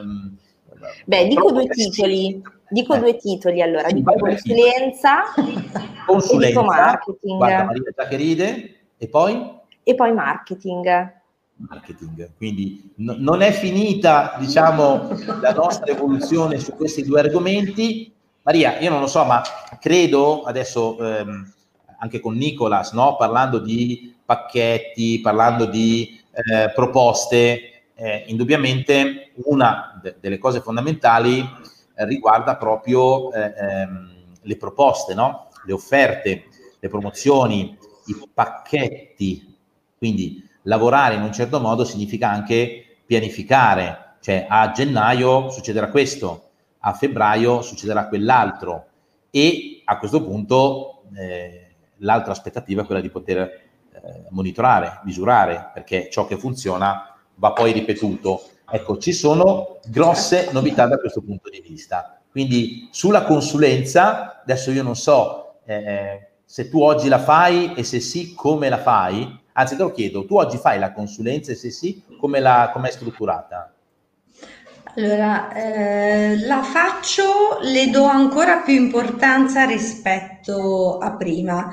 dico due titoli. Dico due titoli, allora. Sì, dico consulenza e dico marketing. Guarda Maria già che ride. E poi? E poi marketing. Marketing, quindi non è finita, diciamo, la nostra evoluzione su questi due argomenti. Maria, io non lo so, ma credo adesso anche con Nicolas, no? Parlando di pacchetti, parlando di proposte, indubbiamente una delle cose fondamentali riguarda proprio le proposte, no? Le offerte, le promozioni, i pacchetti. Quindi lavorare in un certo modo significa anche pianificare, cioè a gennaio succederà questo, a febbraio succederà quell'altro, e a questo punto l'altra aspettativa è quella di poter monitorare, misurare, perché ciò che funziona va poi ripetuto. Ecco, ci sono grosse novità da questo punto di vista. Quindi sulla consulenza, adesso io non so se tu oggi la fai e se sì, come la fai. Anzi, te lo chiedo, tu oggi fai la consulenza e se sì, come è strutturata? Allora, la faccio, le do ancora più importanza rispetto a prima.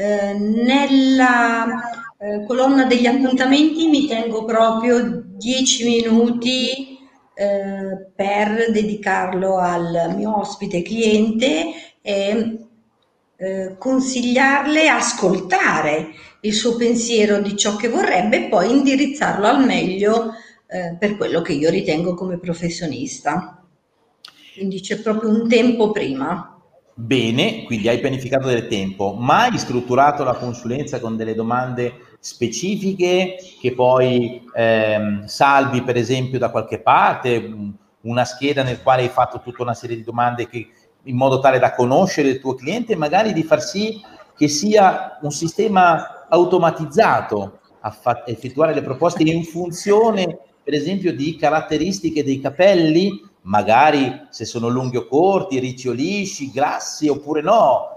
Nella colonna degli appuntamenti mi tengo proprio 10 minuti per dedicarlo al mio ospite cliente e consigliarle, ascoltare il suo pensiero di ciò che vorrebbe e poi indirizzarlo al meglio per quello che io ritengo come professionista. Quindi c'è proprio un tempo prima. Bene, quindi hai pianificato del tempo, ma hai strutturato la consulenza con delle domande specifiche che poi salvi per esempio da qualche parte, una scheda nel quale hai fatto tutta una serie di domande in modo tale da conoscere il tuo cliente e magari di far sì che sia un sistema automatizzato a effettuare le proposte in funzione per esempio di caratteristiche dei capelli, magari se sono lunghi o corti, ricci o lisci, grassi oppure no.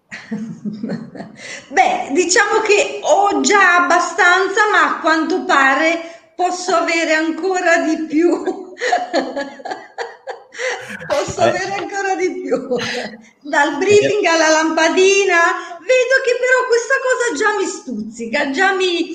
Beh, diciamo che ho già abbastanza, ma a quanto pare posso avere ancora di più. Posso avere ancora di più. Dal briefing alla lampadina, vedo che però questa cosa già mi stuzzica, già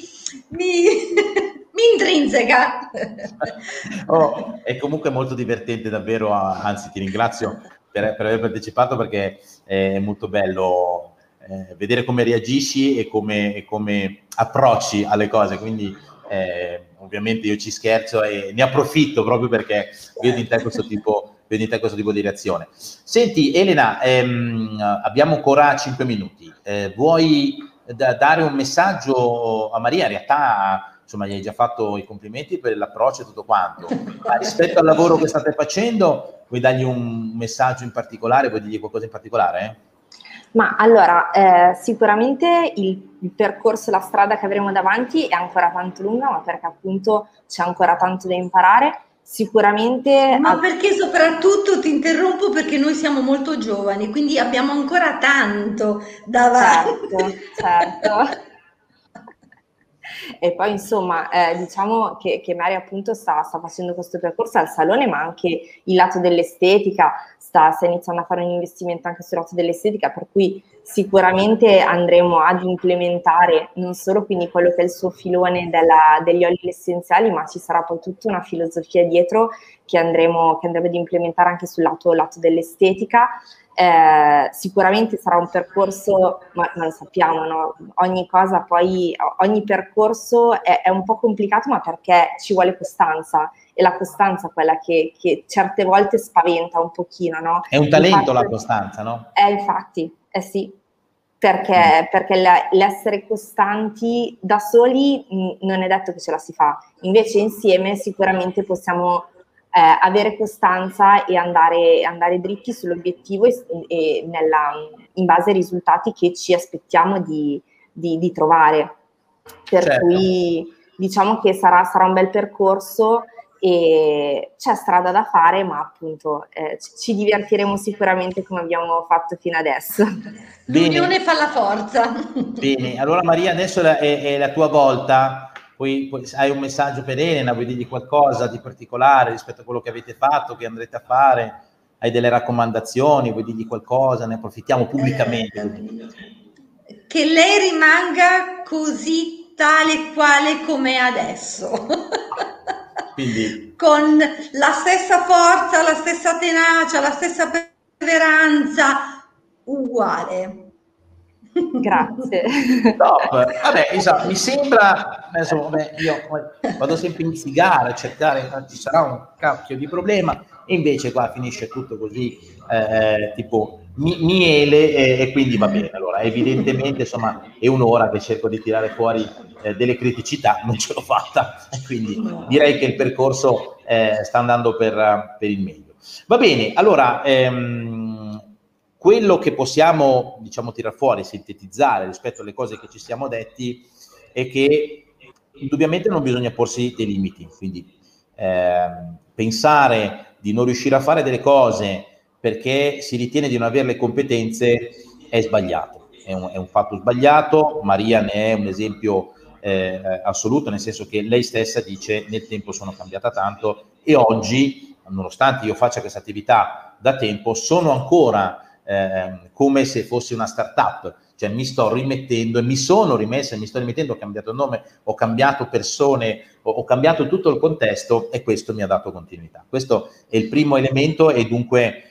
mi intrinseca. Oh, è comunque molto divertente davvero, anzi ti ringrazio per aver partecipato perché è molto bello vedere come reagisci e come approcci alle cose, quindi ovviamente io ci scherzo e ne approfitto proprio perché vedo in te questo tipo di reazione. Senti Elena, abbiamo ancora 5 minuti, vuoi dare un messaggio a Maria? In realtà insomma gli hai già fatto i complimenti per l'approccio e tutto quanto, ma rispetto al lavoro che state facendo vuoi dargli un messaggio in particolare, vuoi dirgli qualcosa in particolare? Ma allora, sicuramente il percorso, la strada che avremo davanti è ancora tanto lunga, ma perché appunto c'è ancora tanto da imparare. Sicuramente... Ma perché soprattutto ti interrompo perché noi siamo molto giovani, quindi abbiamo ancora tanto davanti. Certo. E poi insomma diciamo che Mary appunto sta facendo questo percorso al salone, ma anche il lato dell'estetica, sta iniziando a fare un investimento anche sul lato dell'estetica, per cui sicuramente andremo ad implementare non solo quindi quello che è il suo filone degli oli essenziali, ma ci sarà poi tutta una filosofia dietro che andremo ad implementare anche sul lato dell'estetica. Sicuramente sarà un percorso, ma lo sappiamo, no? Ogni cosa poi, ogni percorso è un po' complicato, ma perché ci vuole costanza, e la costanza è quella che certe volte spaventa un pochino, no? È un talento la costanza, no? Infatti, sì, perché l'essere costanti da soli non è detto che ce la si fa, invece insieme sicuramente possiamo avere costanza e andare dritti sull'obiettivo e in base ai risultati che ci aspettiamo di trovare. Per cui diciamo che sarà un bel percorso e c'è strada da fare, ma appunto ci divertiremo sicuramente come abbiamo fatto fino adesso. L'unione fa la forza. Bene, allora Maria, adesso è la tua volta. Poi hai un messaggio per Elena, vuoi dirgli qualcosa di particolare rispetto a quello che avete fatto, che andrete a fare? Hai delle raccomandazioni, vuoi dirgli qualcosa? Ne approfittiamo pubblicamente. Che lei rimanga così tale quale com'è adesso. Quindi, con la stessa forza, la stessa tenacia, la stessa perseveranza, uguale. Grazie. Top. Vabbè, insomma, mi sembra, adesso, vabbè, io vado sempre in figare a cercare, ci sarà un cacchio di problema, e invece qua finisce tutto così, tipo miele, e quindi va bene. Allora, evidentemente, insomma, è un'ora che cerco di tirare fuori delle criticità, non ce l'ho fatta, quindi direi che il percorso sta andando per il meglio. Va bene, allora, quello che possiamo, diciamo, tirar fuori, sintetizzare rispetto alle cose che ci siamo detti è che indubbiamente non bisogna porsi dei limiti, quindi pensare di non riuscire a fare delle cose perché si ritiene di non avere le competenze è sbagliato, è un fatto sbagliato. Maria ne è un esempio assoluto, nel senso che lei stessa dice: nel tempo sono cambiata tanto e oggi, nonostante io faccia questa attività da tempo, sono ancora come se fossi una startup, cioè mi sto rimettendo e mi sono rimessa e mi sto rimettendo, ho cambiato il nome, ho cambiato persone, ho cambiato tutto il contesto, e questo mi ha dato continuità. Questo è il primo elemento, e dunque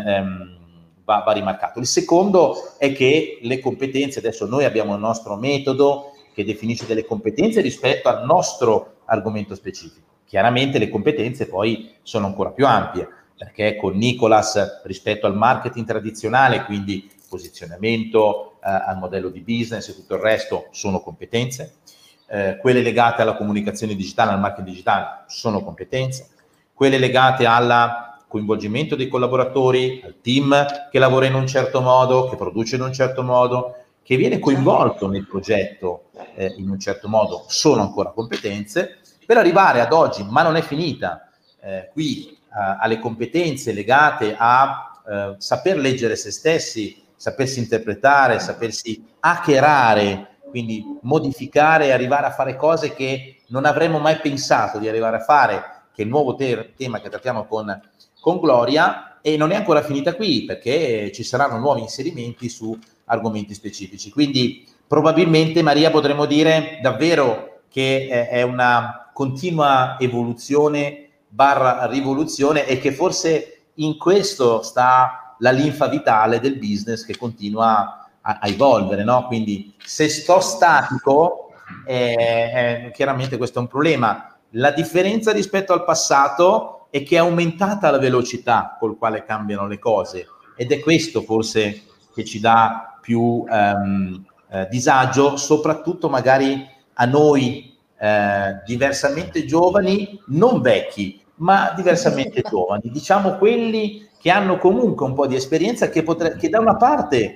va rimarcato. Il secondo è che le competenze, adesso noi abbiamo il nostro metodo che definisce delle competenze rispetto al nostro argomento specifico. Chiaramente le competenze poi sono ancora più ampie, perché con Nicolas, rispetto al marketing tradizionale, quindi posizionamento, al modello di business e tutto il resto, sono competenze. Quelle legate alla comunicazione digitale, al marketing digitale, sono competenze. Quelle legate al coinvolgimento dei collaboratori, al team che lavora in un certo modo, che produce in un certo modo, che viene coinvolto nel progetto in un certo modo, sono ancora competenze, per arrivare ad oggi, ma non è finita, qui alle competenze legate a saper leggere se stessi, sapersi interpretare, sapersi hackerare, quindi modificare e arrivare a fare cose che non avremmo mai pensato di arrivare a fare, che è il nuovo tema che trattiamo con Gloria. E non è ancora finita qui, perché ci saranno nuovi inserimenti su argomenti specifici. Quindi probabilmente, Maria, potremmo dire davvero che è una continua evoluzione / rivoluzione, e che forse in questo sta la linfa vitale del business, che continua a evolvere, no? Quindi se sto statico, chiaramente questo è un problema. La differenza rispetto al passato è che è aumentata la velocità col quale cambiano le cose, ed è questo forse che ci dà più disagio, soprattutto magari a noi diversamente giovani, non vecchi, ma diversamente giovani, diciamo quelli che hanno comunque un po' di esperienza, che da una parte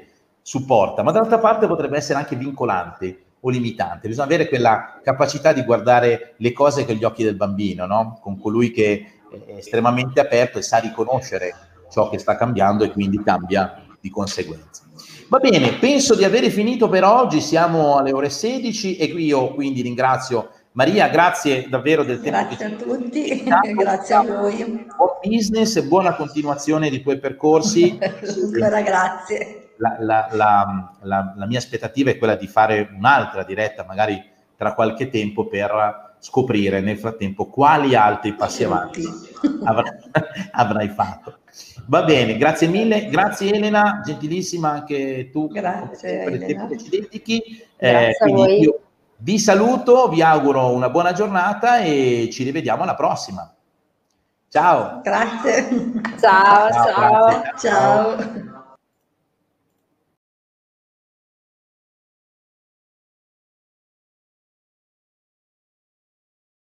supporta, ma dall'altra parte potrebbe essere anche vincolante o limitante. Bisogna avere quella capacità di guardare le cose con gli occhi del bambino, no? Con colui che è estremamente aperto e sa riconoscere ciò che sta cambiando e quindi cambia di conseguenza. Va bene, penso di avere finito per oggi, siamo alle ore 16 e io quindi ringrazio Maria, grazie davvero del tempo. Grazie a tutti, grazie a voi. Buon business e buona continuazione di tuoi percorsi. Ancora grazie. La mia aspettativa è quella di fare un'altra diretta, magari tra qualche tempo, per scoprire nel frattempo quali altri passi avanti avrai fatto. Va bene, grazie mille, grazie Elena, gentilissima anche tu. Grazie per il Elena. tempo che ci dedichi. Grazie a voi. Io vi saluto, vi auguro una buona giornata e ci rivediamo alla prossima. Ciao. Grazie. Ciao. Grazie. Ciao.